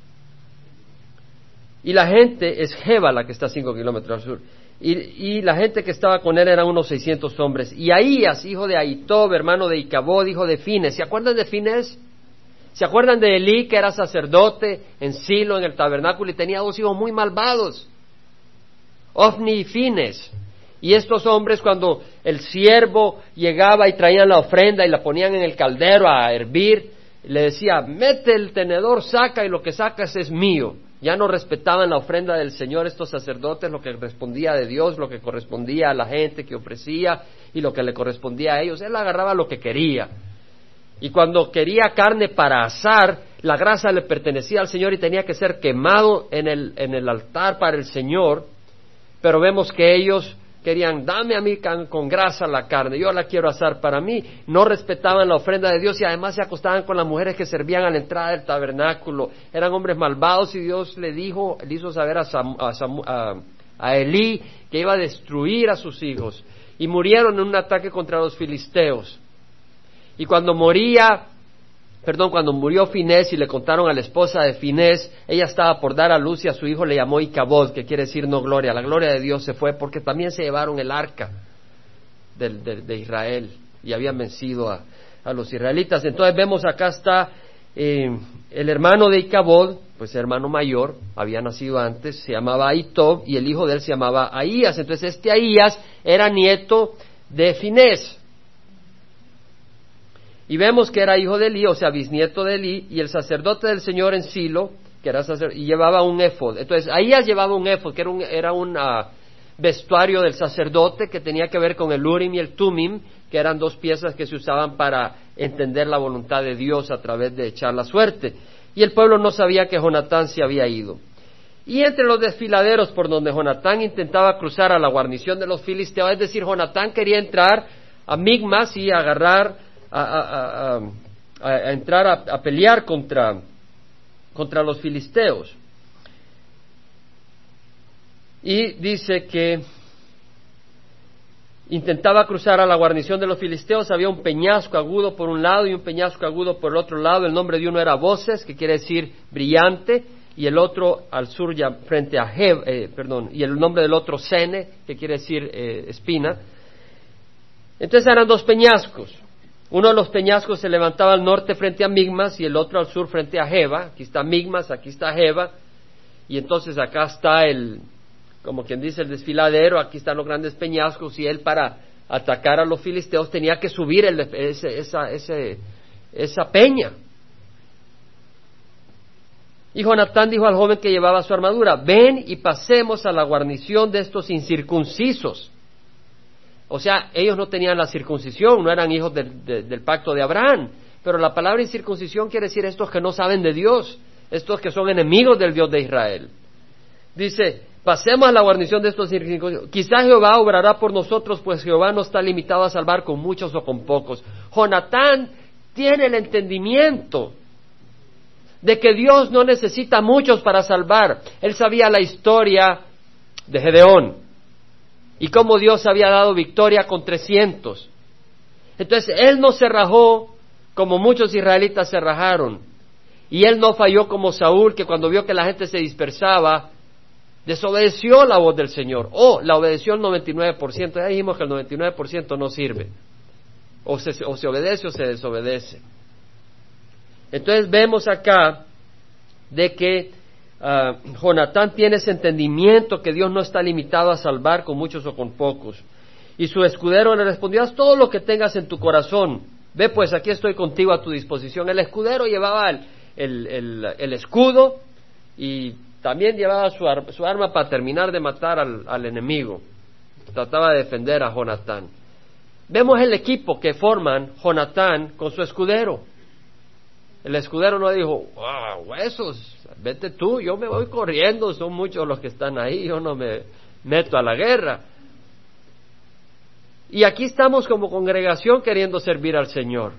Y la gente, es Geba la que está a 5 kilómetros al sur. Y la gente que estaba con él eran unos 600 hombres. Y Ahías, hijo de Ahitob, hermano de Icabod, hijo de Fines. ¿Se acuerdan de Fines? ¿Se acuerdan de Elí, que era sacerdote en Silo, en el tabernáculo, y tenía 2 hijos muy malvados, Ofni y Fines? Y estos hombres, cuando el siervo llegaba y traían la ofrenda y la ponían en el caldero a hervir, le decía: mete el tenedor, saca, y lo que sacas es mío. Ya no respetaban la ofrenda del Señor estos sacerdotes, lo que respondía de Dios, lo que correspondía a la gente que ofrecía y lo que le correspondía a ellos. Él agarraba lo que quería. Y cuando quería carne para asar, la grasa le pertenecía al Señor y tenía que ser quemado en el altar para el Señor. Pero vemos que ellos querían: dame a mí con grasa la carne, yo la quiero asar para mí. No respetaban la ofrenda de Dios y además se acostaban con las mujeres que servían a la entrada del tabernáculo. Eran hombres malvados, y Dios le hizo saber a Elí que iba a destruir a sus hijos. Y murieron en un ataque contra los filisteos. Y cuando murió Finés y le contaron a la esposa de Finés, ella estaba por dar a luz, y a su hijo le llamó Icabod, que quiere decir no gloria. La gloria de Dios se fue, porque también se llevaron el arca de Israel y habían vencido a los israelitas. Entonces vemos acá está el hermano de Icabod, pues hermano mayor, había nacido antes, se llamaba Ahitob, y el hijo de él se llamaba Ahías. Entonces este Ahías era nieto de Finés. Y vemos que era hijo de Elí, o sea, bisnieto de Elí, y el sacerdote del Señor en Silo, que era sacerdote, y llevaba un éfod. Entonces, Ahías llevaba un éfod, que era un vestuario del sacerdote, que tenía que ver con el Urim y el Tumim, que eran 2 piezas que se usaban para entender la voluntad de Dios a través de echar la suerte. Y el pueblo no sabía que Jonatán se había ido. Y entre los desfiladeros por donde Jonatán intentaba cruzar a la guarnición de los filisteos, es decir, Jonatán quería entrar a Migmas y agarrar a entrar a pelear contra los filisteos. Y dice que intentaba cruzar a la guarnición de los filisteos. Había un peñasco agudo por un lado y un peñasco agudo por el otro lado. El nombre de uno era Boses, que quiere decir brillante, y el otro al sur ya frente a y el nombre del otro Sene, que quiere decir espina. Entonces eran 2 peñascos. Uno de los peñascos se levantaba al norte frente a Migmas y el otro al sur frente a Geba. Aquí está Migmas, aquí está Geba, y entonces acá está como quien dice, el desfiladero. Aquí están los grandes peñascos, y él, para atacar a los filisteos, tenía que subir esa peña. Y Jonatán dijo al joven que llevaba su armadura: ven y pasemos a la guarnición de estos incircuncisos. O sea, ellos no tenían la circuncisión, no eran hijos del pacto de Abraham, pero la palabra incircuncisión quiere decir estos que no saben de Dios, estos que son enemigos del Dios de Israel. Dice, pasemos a la guarnición de estos incircuncisos. Quizás Jehová obrará por nosotros, pues Jehová no está limitado a salvar con muchos o con pocos. Jonatán tiene el entendimiento de que Dios no necesita muchos para salvar. Él sabía la historia de Gedeón y cómo Dios había dado victoria con 300. Entonces él no se rajó como muchos israelitas se rajaron, y él no falló como Saúl, que cuando vio que la gente se dispersaba desobedeció la voz del Señor, la obedeció el 99%. Ya dijimos que el 99% no sirve, o se obedece o se desobedece. Entonces vemos acá de que Jonatán tiene ese entendimiento que Dios no está limitado a salvar con muchos o con pocos. Y su escudero le respondió, haz todo lo que tengas en tu corazón. Ve pues, aquí estoy contigo a tu disposición. El escudero llevaba el escudo y también llevaba su arma para terminar de matar al enemigo. Trataba de defender a Jonatán. Vemos el equipo que forman Jonatán con su escudero. El escudero no dijo, huesos, vete tú, yo me voy corriendo, son muchos los que están ahí, yo no me meto a la guerra. Y aquí estamos como congregación queriendo servir al Señor.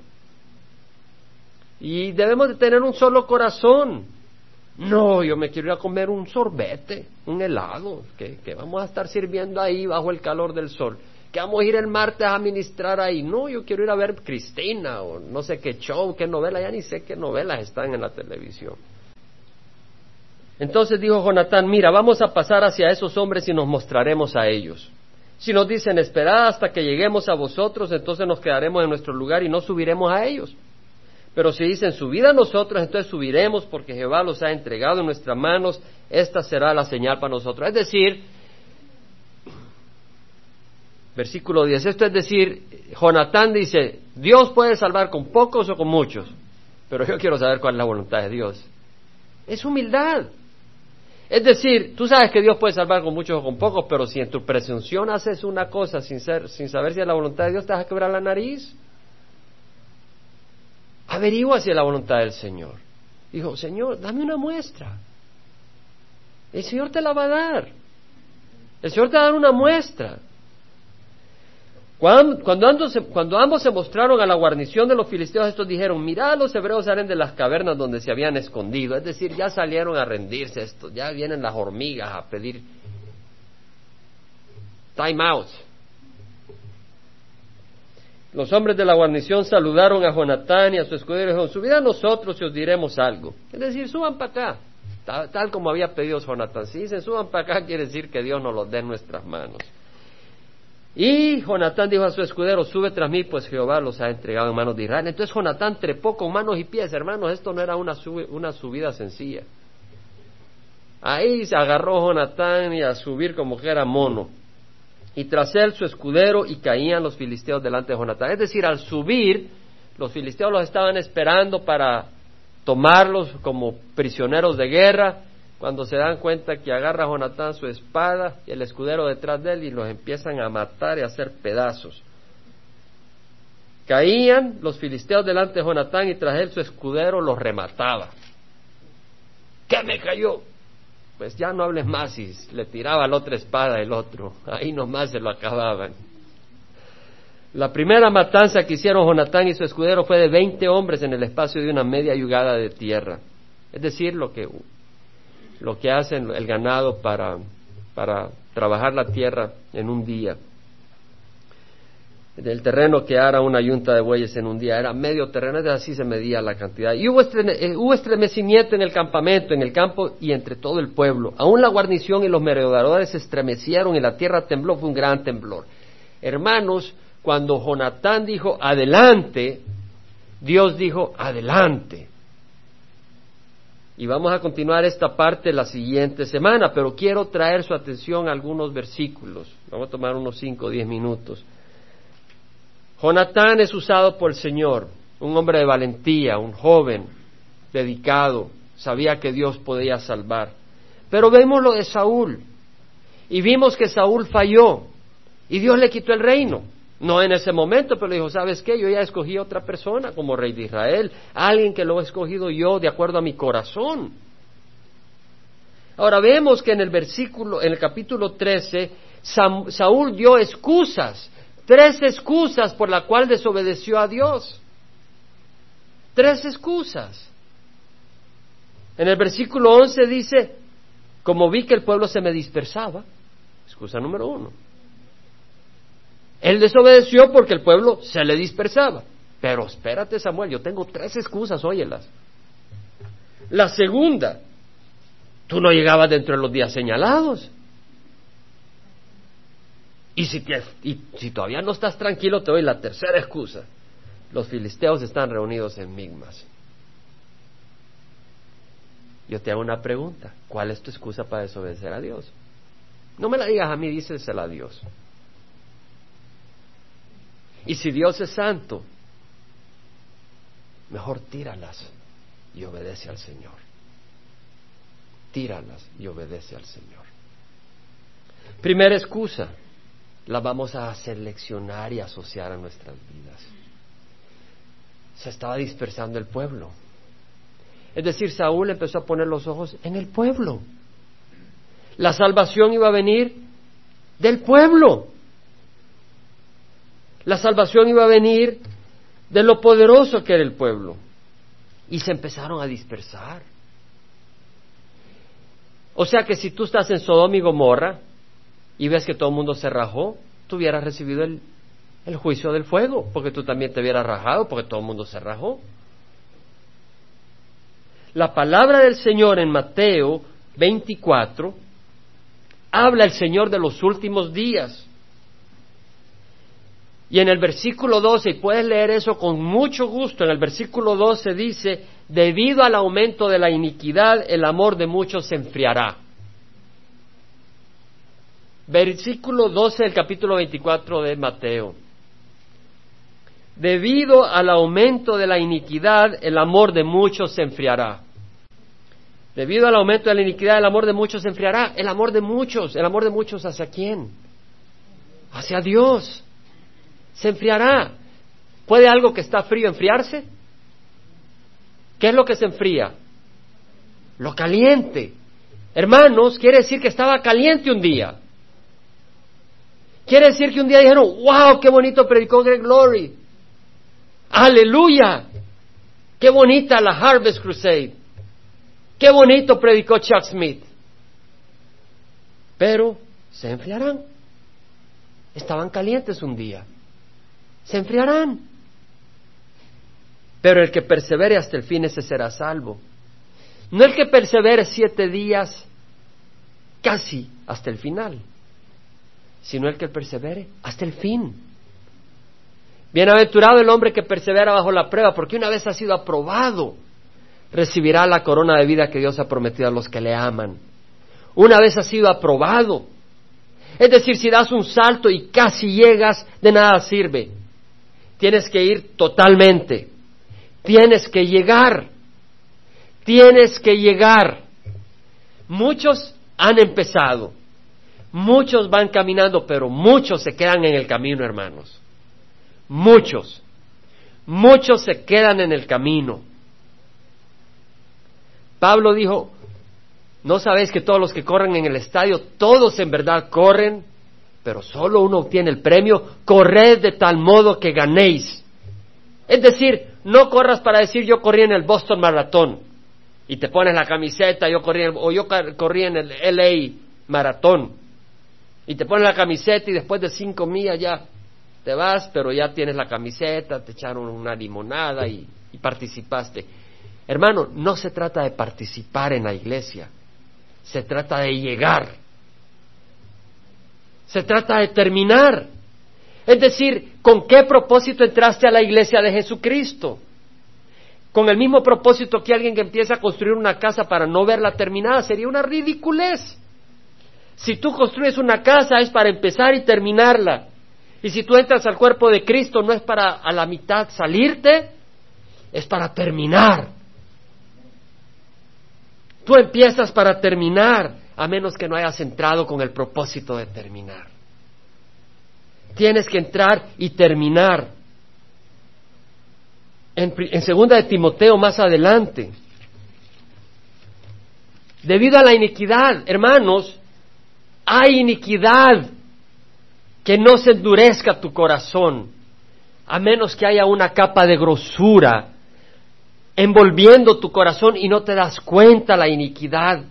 Y debemos de tener un solo corazón. No, yo me quiero ir a comer un sorbete, un helado, que vamos a estar sirviendo ahí bajo el calor del sol. Que vamos a ir el martes a ministrar ahí. No, yo quiero ir a ver Cristina o no sé qué show, qué novela, ya ni sé qué novelas están en la televisión. Entonces dijo Jonatán, mira, vamos a pasar hacia esos hombres y nos mostraremos a ellos. Si nos dicen, esperad hasta que lleguemos a vosotros, entonces nos quedaremos en nuestro lugar y no subiremos a ellos. Pero si dicen, subid a nosotros, entonces subiremos, porque Jehová los ha entregado en nuestras manos, esta será la señal para nosotros. Es decir, versículo 10, esto es decir, Jonatán dice, Dios puede salvar con pocos o con muchos, pero yo quiero saber cuál es la voluntad de Dios. Es humildad. Es decir, tú sabes que Dios puede salvar con muchos o con pocos, pero si en tu presunción haces una cosa sin saber si es la voluntad de Dios, te vas a quebrar la nariz. Averigua si es la voluntad del Señor. Dijo, Señor, dame una muestra. El Señor te la va a dar. El Señor te va a dar una muestra. Cuando ambos se mostraron a la guarnición de los filisteos, estos dijeron, mirad, los hebreos salen de las cavernas donde se habían escondido. Es decir, ya salieron a rendirse estos, ya vienen las hormigas a pedir time out. Los hombres de la guarnición saludaron a Jonatán y a su escudero y dijeron, subid a nosotros y os diremos algo. Es decir, suban para acá, tal como había pedido Jonatán. Si dicen, suban para acá, quiere decir que Dios nos los dé en nuestras manos. Y Jonatán dijo a su escudero, sube tras mí, pues Jehová los ha entregado en manos de Israel. Entonces Jonatán trepó con manos y pies. Hermanos, esto no era una subida sencilla. Ahí se agarró Jonatán y a subir como que era mono. Y tras él su escudero, y caían los filisteos delante de Jonatán. Es decir, al subir, los filisteos los estaban esperando para tomarlos como prisioneros de guerra. Cuando se dan cuenta que agarra Jonatán su espada y el escudero detrás de él y los empiezan a matar y a hacer pedazos. Caían los filisteos delante de Jonatán y tras él su escudero los remataba. ¿Qué me cayó? Pues ya no hables más, y le tiraba la otra espada el otro. Ahí nomás se lo acababan. La primera matanza que hicieron Jonatán y su escudero fue de 20 hombres en el espacio de una media yugada de tierra. Es decir, lo que hacen el ganado para trabajar la tierra en un día. Del terreno que era una yunta de bueyes en un día, era medio terreno, así se medía la cantidad. Y hubo estremecimiento en el campamento, en el campo y entre todo el pueblo. Aún la guarnición y los merodeadores se estremecieron y la tierra tembló, fue un gran temblor. Hermanos, cuando Jonatán dijo adelante, Dios dijo adelante. Y vamos a continuar esta parte la siguiente semana, pero quiero traer su atención a algunos versículos. Vamos a tomar unos 5 o 10 minutos. Jonatán es usado por el Señor, un hombre de valentía, un joven dedicado, sabía que Dios podía salvar. Pero vemos lo de Saúl, y vimos que Saúl falló, y Dios le quitó el reino. No en ese momento, pero le dijo, ¿sabes qué? Yo ya escogí a otra persona como rey de Israel, alguien que lo he escogido yo de acuerdo a mi corazón. Ahora vemos que en el capítulo 13, Saúl dio excusas, 3 excusas por la cual desobedeció a Dios. 3 excusas. En el versículo 11 dice, como vi que el pueblo se me dispersaba, excusa número 1. Él desobedeció porque el pueblo se le dispersaba. Pero espérate, Samuel, yo tengo 3 excusas, óyelas. La segunda, tú no llegabas dentro de los días señalados. Y si todavía no estás tranquilo, te doy la tercera excusa. Los filisteos están reunidos en Migmas. Yo te hago una pregunta. ¿Cuál es tu excusa para desobedecer a Dios? No me la digas a mí, dísela a Dios. Y si Dios es santo, mejor tíralas y obedece al Señor. Tíralas y obedece al Señor. Primera excusa, la vamos a seleccionar y asociar a nuestras vidas. Se estaba dispersando el pueblo. Es decir, Saúl empezó a poner los ojos en el pueblo. La salvación iba a venir del pueblo. La salvación iba a venir de lo poderoso que era el pueblo. Y se empezaron a dispersar. O sea que si tú estás en Sodoma y Gomorra y ves que todo el mundo se rajó, tú hubieras recibido el juicio del fuego, porque tú también te hubieras rajado, porque todo el mundo se rajó. La palabra del Señor en Mateo 24 habla el Señor de los últimos días. Y en el versículo 12, y puedes leer eso con mucho gusto, en el versículo 12 dice, debido al aumento de la iniquidad, el amor de muchos se enfriará. Versículo 12 del capítulo 24 de Mateo. Debido al aumento de la iniquidad, el amor de muchos se enfriará. Debido al aumento de la iniquidad, el amor de muchos se enfriará. ¿El amor de muchos hacia quién? Hacia Dios. Se enfriará. ¿Puede algo que está frío enfriarse? ¿Qué es lo que se enfría? Lo caliente. Hermanos, quiere decir que estaba caliente un día. Quiere decir que un día dijeron, wow, qué bonito predicó Greg Laurie. Aleluya. Qué bonita la Harvest Crusade. Qué bonito predicó Chuck Smith. Pero se enfriarán. Estaban calientes un día. Se enfriarán. Pero el que persevere hasta el fin, ese será salvo. No el que persevere 7 días casi hasta el final, sino el que persevere hasta el fin. Bienaventurado el hombre que persevera bajo la prueba, porque una vez ha sido aprobado, recibirá la corona de vida que Dios ha prometido a los que le aman. Una vez ha sido aprobado. Es decir, si das un salto y casi llegas, de nada sirve. Tienes que ir totalmente. Tienes que llegar. Tienes que llegar. Muchos han empezado. Muchos van caminando, pero muchos se quedan en el camino, hermanos. Muchos se quedan en el camino. Pablo dijo, ¿no sabéis que todos los que corren en el estadio, todos en verdad corren, pero solo uno obtiene el premio? Corred de tal modo que ganéis. Es decir, no corras para decir yo corrí en el Boston Maratón y te pones la camiseta, yo corrí en el LA Maratón y te pones la camiseta y después de 5 millas ya te vas, pero ya tienes la camiseta, te echaron una limonada y participaste. Hermano, no se trata de participar en la iglesia, se trata de llegar, se trata de terminar. Es decir, ¿con qué propósito entraste a la iglesia de Jesucristo? Con el mismo propósito que alguien que empieza a construir una casa para no verla terminada, sería una ridiculez. Si tú construyes una casa es para empezar y terminarla. Y si tú entras al cuerpo de Cristo no es para a la mitad salirte, es para terminar. Tú empiezas para terminar, a menos que no hayas entrado con el propósito de terminar. Tienes que entrar y terminar. En segunda de Timoteo, más adelante. Debido a la iniquidad, hermanos, hay iniquidad. Que no se endurezca tu corazón, a menos que haya una capa de grosura envolviendo tu corazón y no te das cuenta la iniquidad.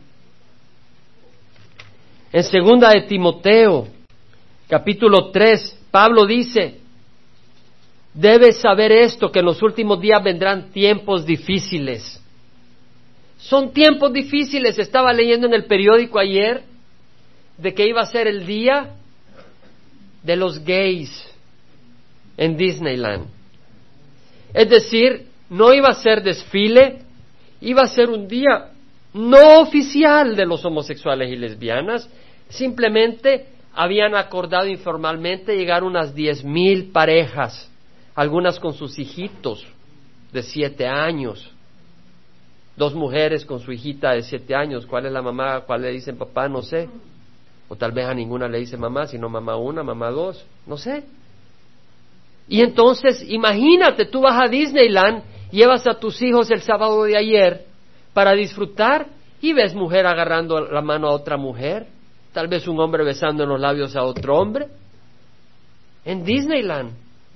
En segunda de Timoteo, capítulo 3, Pablo dice, debes saber esto, que en los últimos días vendrán tiempos difíciles. Son tiempos difíciles. Estaba leyendo en el periódico ayer de que iba a ser el día de los gays en Disneyland. Es decir, no iba a ser desfile, iba a ser un día no oficial de los homosexuales y lesbianas. Simplemente habían acordado informalmente llegar unas 10,000 parejas, algunas con sus hijitos de 7 años, 2 mujeres con su hijita de 7 años. ¿Cuál es la mamá? ¿Cuál le dicen papá? No sé. O tal vez a ninguna le dice mamá, sino mamá 1, mamá 2, no sé. Y entonces, imagínate, tú vas a Disneyland, llevas a tus hijos el sábado de ayer para disfrutar y ves mujer agarrando la mano a otra mujer, tal vez un hombre besando en los labios a otro hombre, en Disneyland.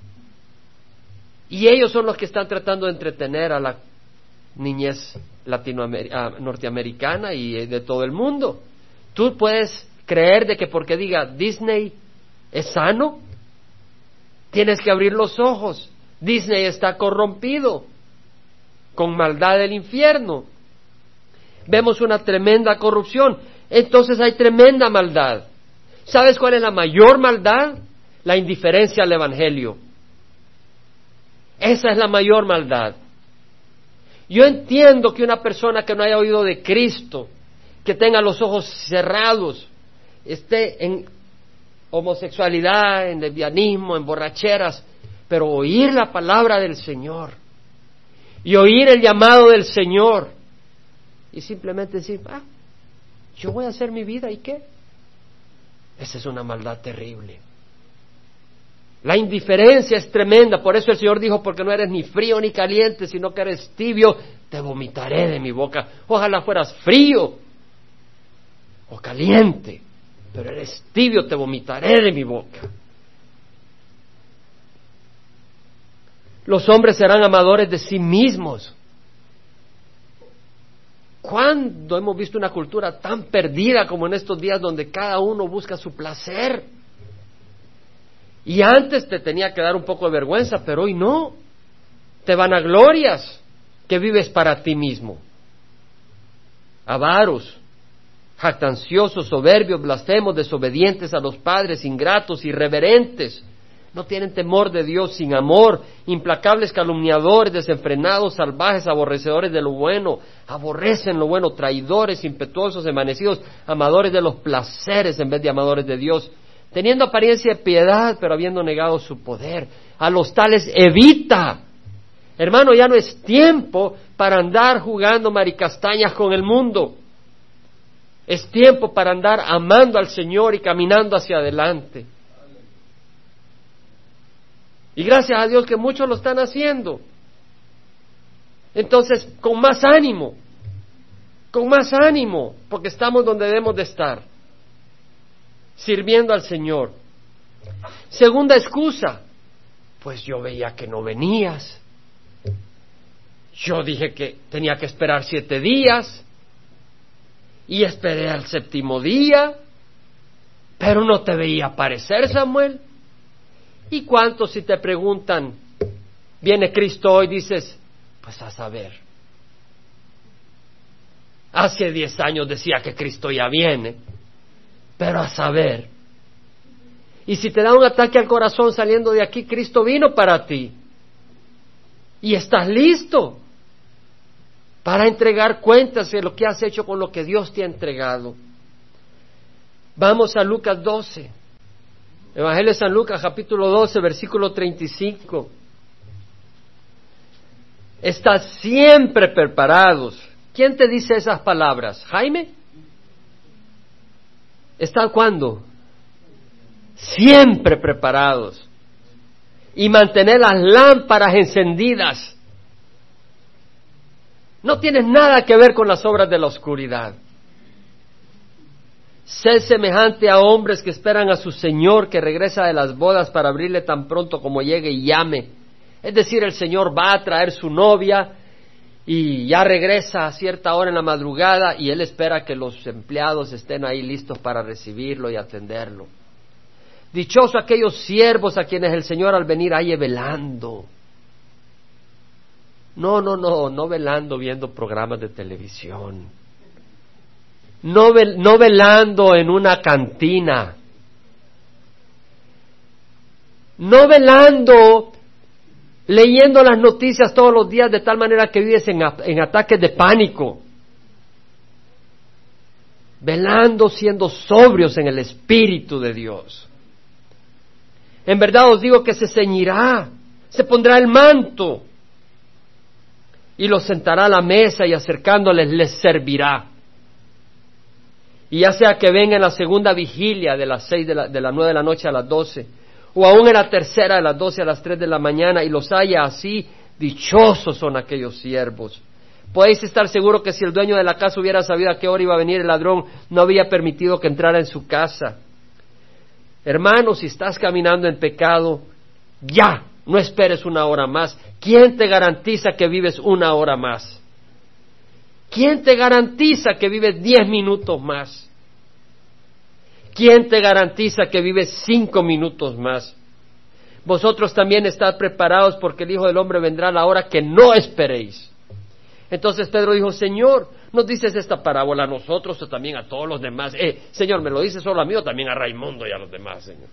Y ellos son los que están tratando de entretener a la niñez norteamericana y de todo el mundo. Tú puedes creer de que porque diga Disney es sano. Tienes que abrir los ojos. Disney está corrompido con maldad del infierno. Vemos una tremenda corrupción. Entonces hay tremenda maldad. ¿Sabes cuál es la mayor maldad? La indiferencia al Evangelio. Esa es la mayor maldad. Yo entiendo que una persona que no haya oído de Cristo, que tenga los ojos cerrados, esté en homosexualidad, en lesbianismo, en borracheras, pero oír la palabra del Señor y oír el llamado del Señor y simplemente decir, yo voy a hacer mi vida, ¿y qué? Esa es una maldad terrible. La indiferencia es tremenda. Por eso el Señor dijo, porque no eres ni frío ni caliente, sino que eres tibio, te vomitaré de mi boca. Ojalá fueras frío o caliente, pero eres tibio, te vomitaré de mi boca. Los hombres serán amadores de sí mismos. ¿Cuándo hemos visto una cultura tan perdida como en estos días, donde cada uno busca su placer? Y antes te tenía que dar un poco de vergüenza, pero hoy no. Te vanaglorias que vives para ti mismo. Avaros, jactanciosos, soberbios, blasfemos, desobedientes a los padres, ingratos, irreverentes. No tienen temor de Dios, sin amor, implacables, calumniadores, desenfrenados, salvajes, aborrecedores de lo bueno, aborrecen lo bueno, traidores, impetuosos, envanecidos, amadores de los placeres en vez de amadores de Dios, teniendo apariencia de piedad, pero habiendo negado su poder. A los tales evita. Hermano, ya no es tiempo para andar jugando maricastañas con el mundo. Es tiempo para andar amando al Señor y caminando hacia adelante. Y gracias a Dios que muchos lo están haciendo. Entonces, con más ánimo, porque estamos donde debemos de estar, sirviendo al Señor. Segunda excusa, pues yo veía que no venías. Yo dije que tenía que esperar 7 días y esperé al 7º día, pero no te veía aparecer, Samuel. ¿Y cuántos, si te preguntan, viene Cristo hoy, dices, pues a saber? Hace 10 años decía que Cristo ya viene, pero a saber. Y si te da un ataque al corazón saliendo de aquí, Cristo vino para ti. Y estás listo para entregar cuentas de lo que has hecho con lo que Dios te ha entregado. Vamos a Lucas 12. Evangelio de San Lucas, capítulo 12, versículo 35. Estad siempre preparados. ¿Quién te dice esas palabras? ¿Jaime? ¿Estad cuándo? siempre preparados y mantener las lámparas encendidas. No tienes nada que ver con las obras de la oscuridad. Sé semejante a hombres que esperan a su Señor que regresa de las bodas para abrirle tan pronto como llegue y llame. Es decir, el Señor va a traer su novia y ya regresa a cierta hora en la madrugada y Él espera que los empleados estén ahí listos para recibirlo y atenderlo. Dichosos aquellos siervos a quienes el Señor al venir halle velando. No velando viendo programas de televisión. No velando en una cantina. No velando leyendo las noticias todos los días de tal manera que vives en ataques de pánico. Velando siendo sobrios en el Espíritu de Dios. En verdad os digo que se ceñirá, se pondrá el manto y los sentará a la mesa y acercándoles les servirá. Y ya sea que venga en la segunda vigilia de las 9 de la noche a las 12, o aún en la tercera de las 12 a las 3 de la mañana, y los haya así, dichosos son aquellos siervos. Podéis estar seguros que si el dueño de la casa hubiera sabido a qué hora iba a venir el ladrón, no había permitido que entrara en su casa. Hermano, si estás caminando en pecado, ya, no esperes una hora más. ¿Quién te garantiza que vives una hora más? ¿Quién te garantiza que vives 10 minutos más? ¿Quién te garantiza que vives 5 minutos más? Vosotros también estad preparados porque el Hijo del Hombre vendrá a la hora que no esperéis. Entonces Pedro dijo, Señor, ¿nos dices esta parábola a nosotros o también a todos los demás? Señor, ¿me lo dices solo a mí o también a Raimundo y a los demás, Señor?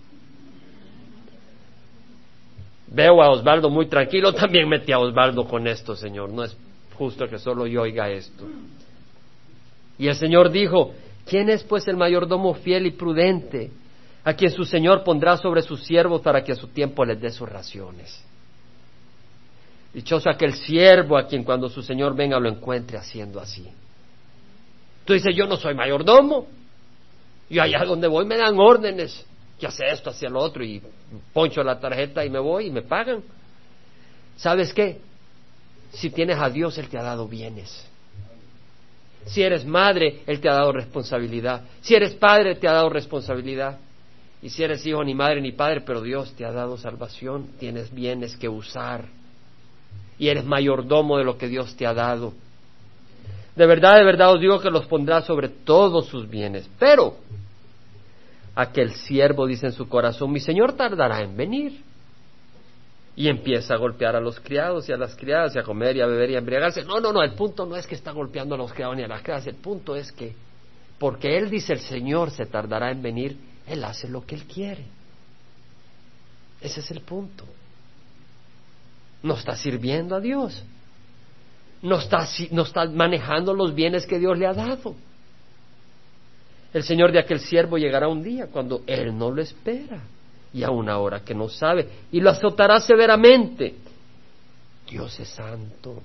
Veo a Osvaldo muy tranquilo, también metí a Osvaldo con esto, Señor. No es justo que solo yo oiga esto. Y el Señor dijo, ¿quién es pues el mayordomo fiel y prudente, a quien su Señor pondrá sobre sus siervos para que a su tiempo les dé sus raciones? Dichoso aquel siervo a quien cuando su Señor venga lo encuentre haciendo así. Tú dices, yo no soy mayordomo. Yo allá donde voy me dan órdenes. Que hace esto, hacia lo otro, y poncho la tarjeta y me voy y me pagan. ¿Sabes qué? Si tienes a Dios, Él te ha dado bienes. Si eres madre, Él te ha dado responsabilidad. Si eres padre, te ha dado responsabilidad. Y si eres hijo, ni madre ni padre, pero Dios te ha dado salvación, tienes bienes que usar. Y eres mayordomo de lo que Dios te ha dado. De verdad os digo que los pondrá sobre todos sus bienes. Pero aquel siervo dice en su corazón, mi Señor tardará en venir. Y empieza a golpear a los criados y a las criadas, y a comer y a beber y a embriagarse. No, el punto no es que está golpeando a los criados ni a las criadas, el punto es que, porque Él dice el Señor se tardará en venir, Él hace lo que Él quiere. Ese es el punto. No está sirviendo a Dios. No está manejando los bienes que Dios le ha dado. El Señor de aquel siervo llegará un día cuando Él no lo espera y a una hora que no sabe y lo azotará severamente. Dios es santo.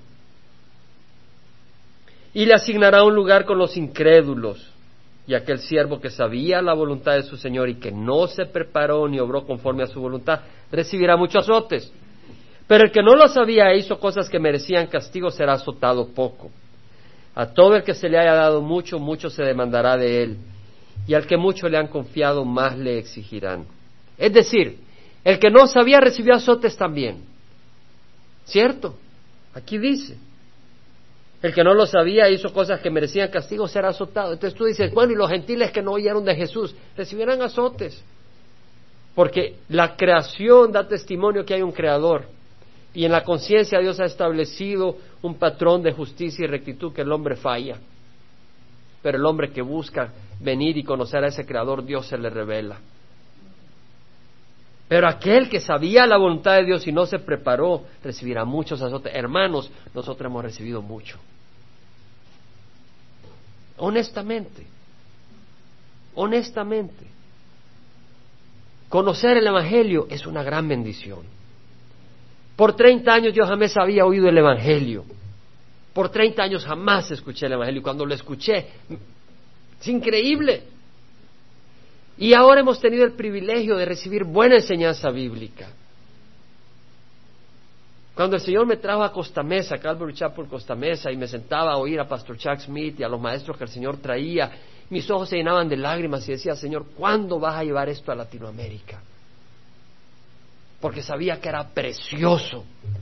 Y le asignará un lugar con los incrédulos. Y aquel siervo que sabía la voluntad de su Señor y que no se preparó ni obró conforme a su voluntad, recibirá muchos azotes. Pero el que no lo sabía e hizo cosas que merecían castigo será azotado poco. A todo el que se le haya dado mucho, mucho se demandará de él. Y al que mucho le han confiado, más le exigirán. Es decir, el que no sabía recibió azotes también. ¿Cierto? Aquí dice. El que no lo sabía hizo cosas que merecían castigo, será azotado. Entonces tú dices, bueno, y los gentiles que no oyeron de Jesús recibirán azotes. Porque la creación da testimonio que hay un creador. Y en la conciencia Dios ha establecido un patrón de justicia y rectitud que el hombre falla. Pero el hombre que busca venir y conocer a ese creador, Dios se le revela. Pero aquel que sabía la voluntad de Dios y no se preparó, recibirá muchos azotes. Hermanos, nosotros hemos recibido mucho. Honestamente. Conocer el Evangelio es una gran bendición. Por 30 años yo jamás había oído el Evangelio. Por 30 años jamás escuché el Evangelio. Cuando lo escuché, es increíble. Y ahora hemos tenido el privilegio de recibir buena enseñanza bíblica. Cuando el Señor me trajo a Costa Mesa, a Calvary Chapel Costa Mesa, y me sentaba a oír a Pastor Chuck Smith y a los maestros que el Señor traía, mis ojos se llenaban de lágrimas y decía, Señor, ¿cuándo vas a llevar esto a Latinoamérica? Porque sabía que era precioso.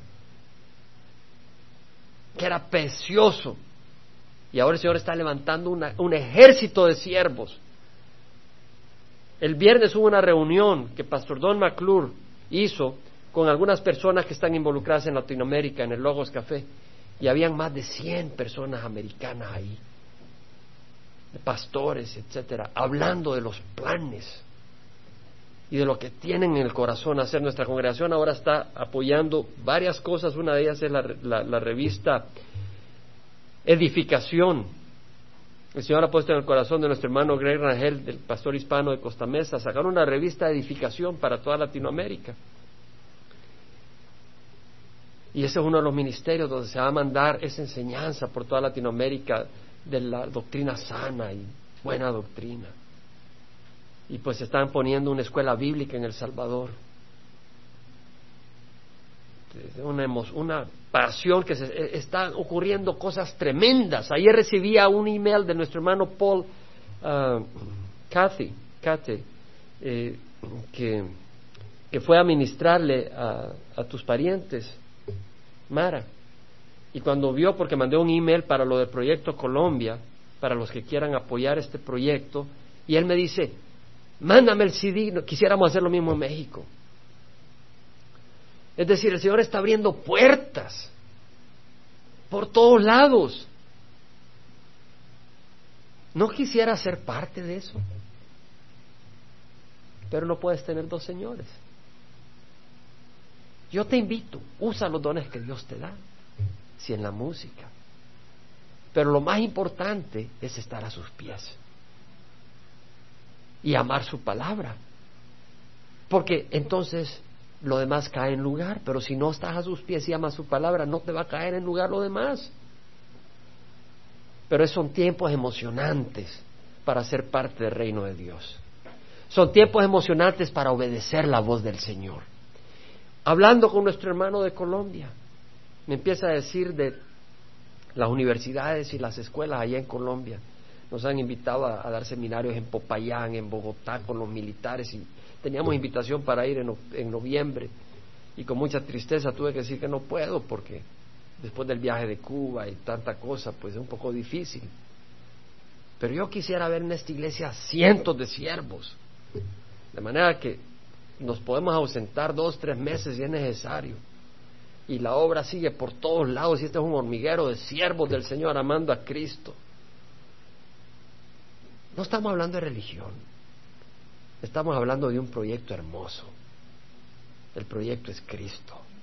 Y ahora el Señor está levantando un ejército de siervos. El viernes hubo una reunión que Pastor Don McClure hizo con algunas personas que están involucradas en Latinoamérica, en el Logos Café, y habían más de 100 personas americanas ahí, de pastores, etcétera, hablando de los planes y de lo que tienen en el corazón hacer. Nuestra congregación ahora está apoyando varias cosas. Una de ellas es la revista Edificación. El Señor ha puesto en el corazón de nuestro hermano Greg Rangel, del pastor hispano de Costa Mesa, sacar una revista de edificación para toda Latinoamérica. Y ese es uno de los ministerios donde se va a mandar esa enseñanza por toda Latinoamérica de la doctrina sana y buena doctrina. Y pues están poniendo una escuela bíblica en El Salvador. Una pasión que están ocurriendo cosas tremendas. Ayer recibía un email de nuestro hermano Paul Cathy, que fue a ministrarle a tus parientes, Mara. Y cuando vio, porque mandé un email para lo del Proyecto Colombia, para los que quieran apoyar este proyecto, y él me dice, mándame el CD, quisiéramos hacer lo mismo en México. Es decir, el Señor está abriendo puertas por todos lados. No quisiera ser parte de eso, pero no puedes tener dos señores. Yo te invito, usa los dones que Dios te da, si en la música, pero lo más importante es estar a sus pies y amar su palabra, porque entonces lo demás cae en lugar. Pero si no estás a sus pies y amas su palabra, no te va a caer en lugar lo demás. Pero son tiempos emocionantes para ser parte del reino de Dios. Son tiempos emocionantes para obedecer la voz del Señor. Hablando con nuestro hermano de Colombia, me empieza a decir de las universidades y las escuelas allá en Colombia. Nos han invitado a dar seminarios en Popayán, en Bogotá, con los militares, y teníamos invitación para ir en noviembre, y con mucha tristeza tuve que decir que no puedo, porque después del viaje de Cuba y tanta cosa, pues es un poco difícil. Pero yo quisiera ver en esta iglesia cientos de siervos, de manera que nos podemos ausentar 2-3 meses si es necesario, y la obra sigue por todos lados, y este es un hormiguero de siervos del Señor amando a Cristo. No estamos hablando de religión, estamos hablando de un proyecto hermoso. El proyecto es Cristo.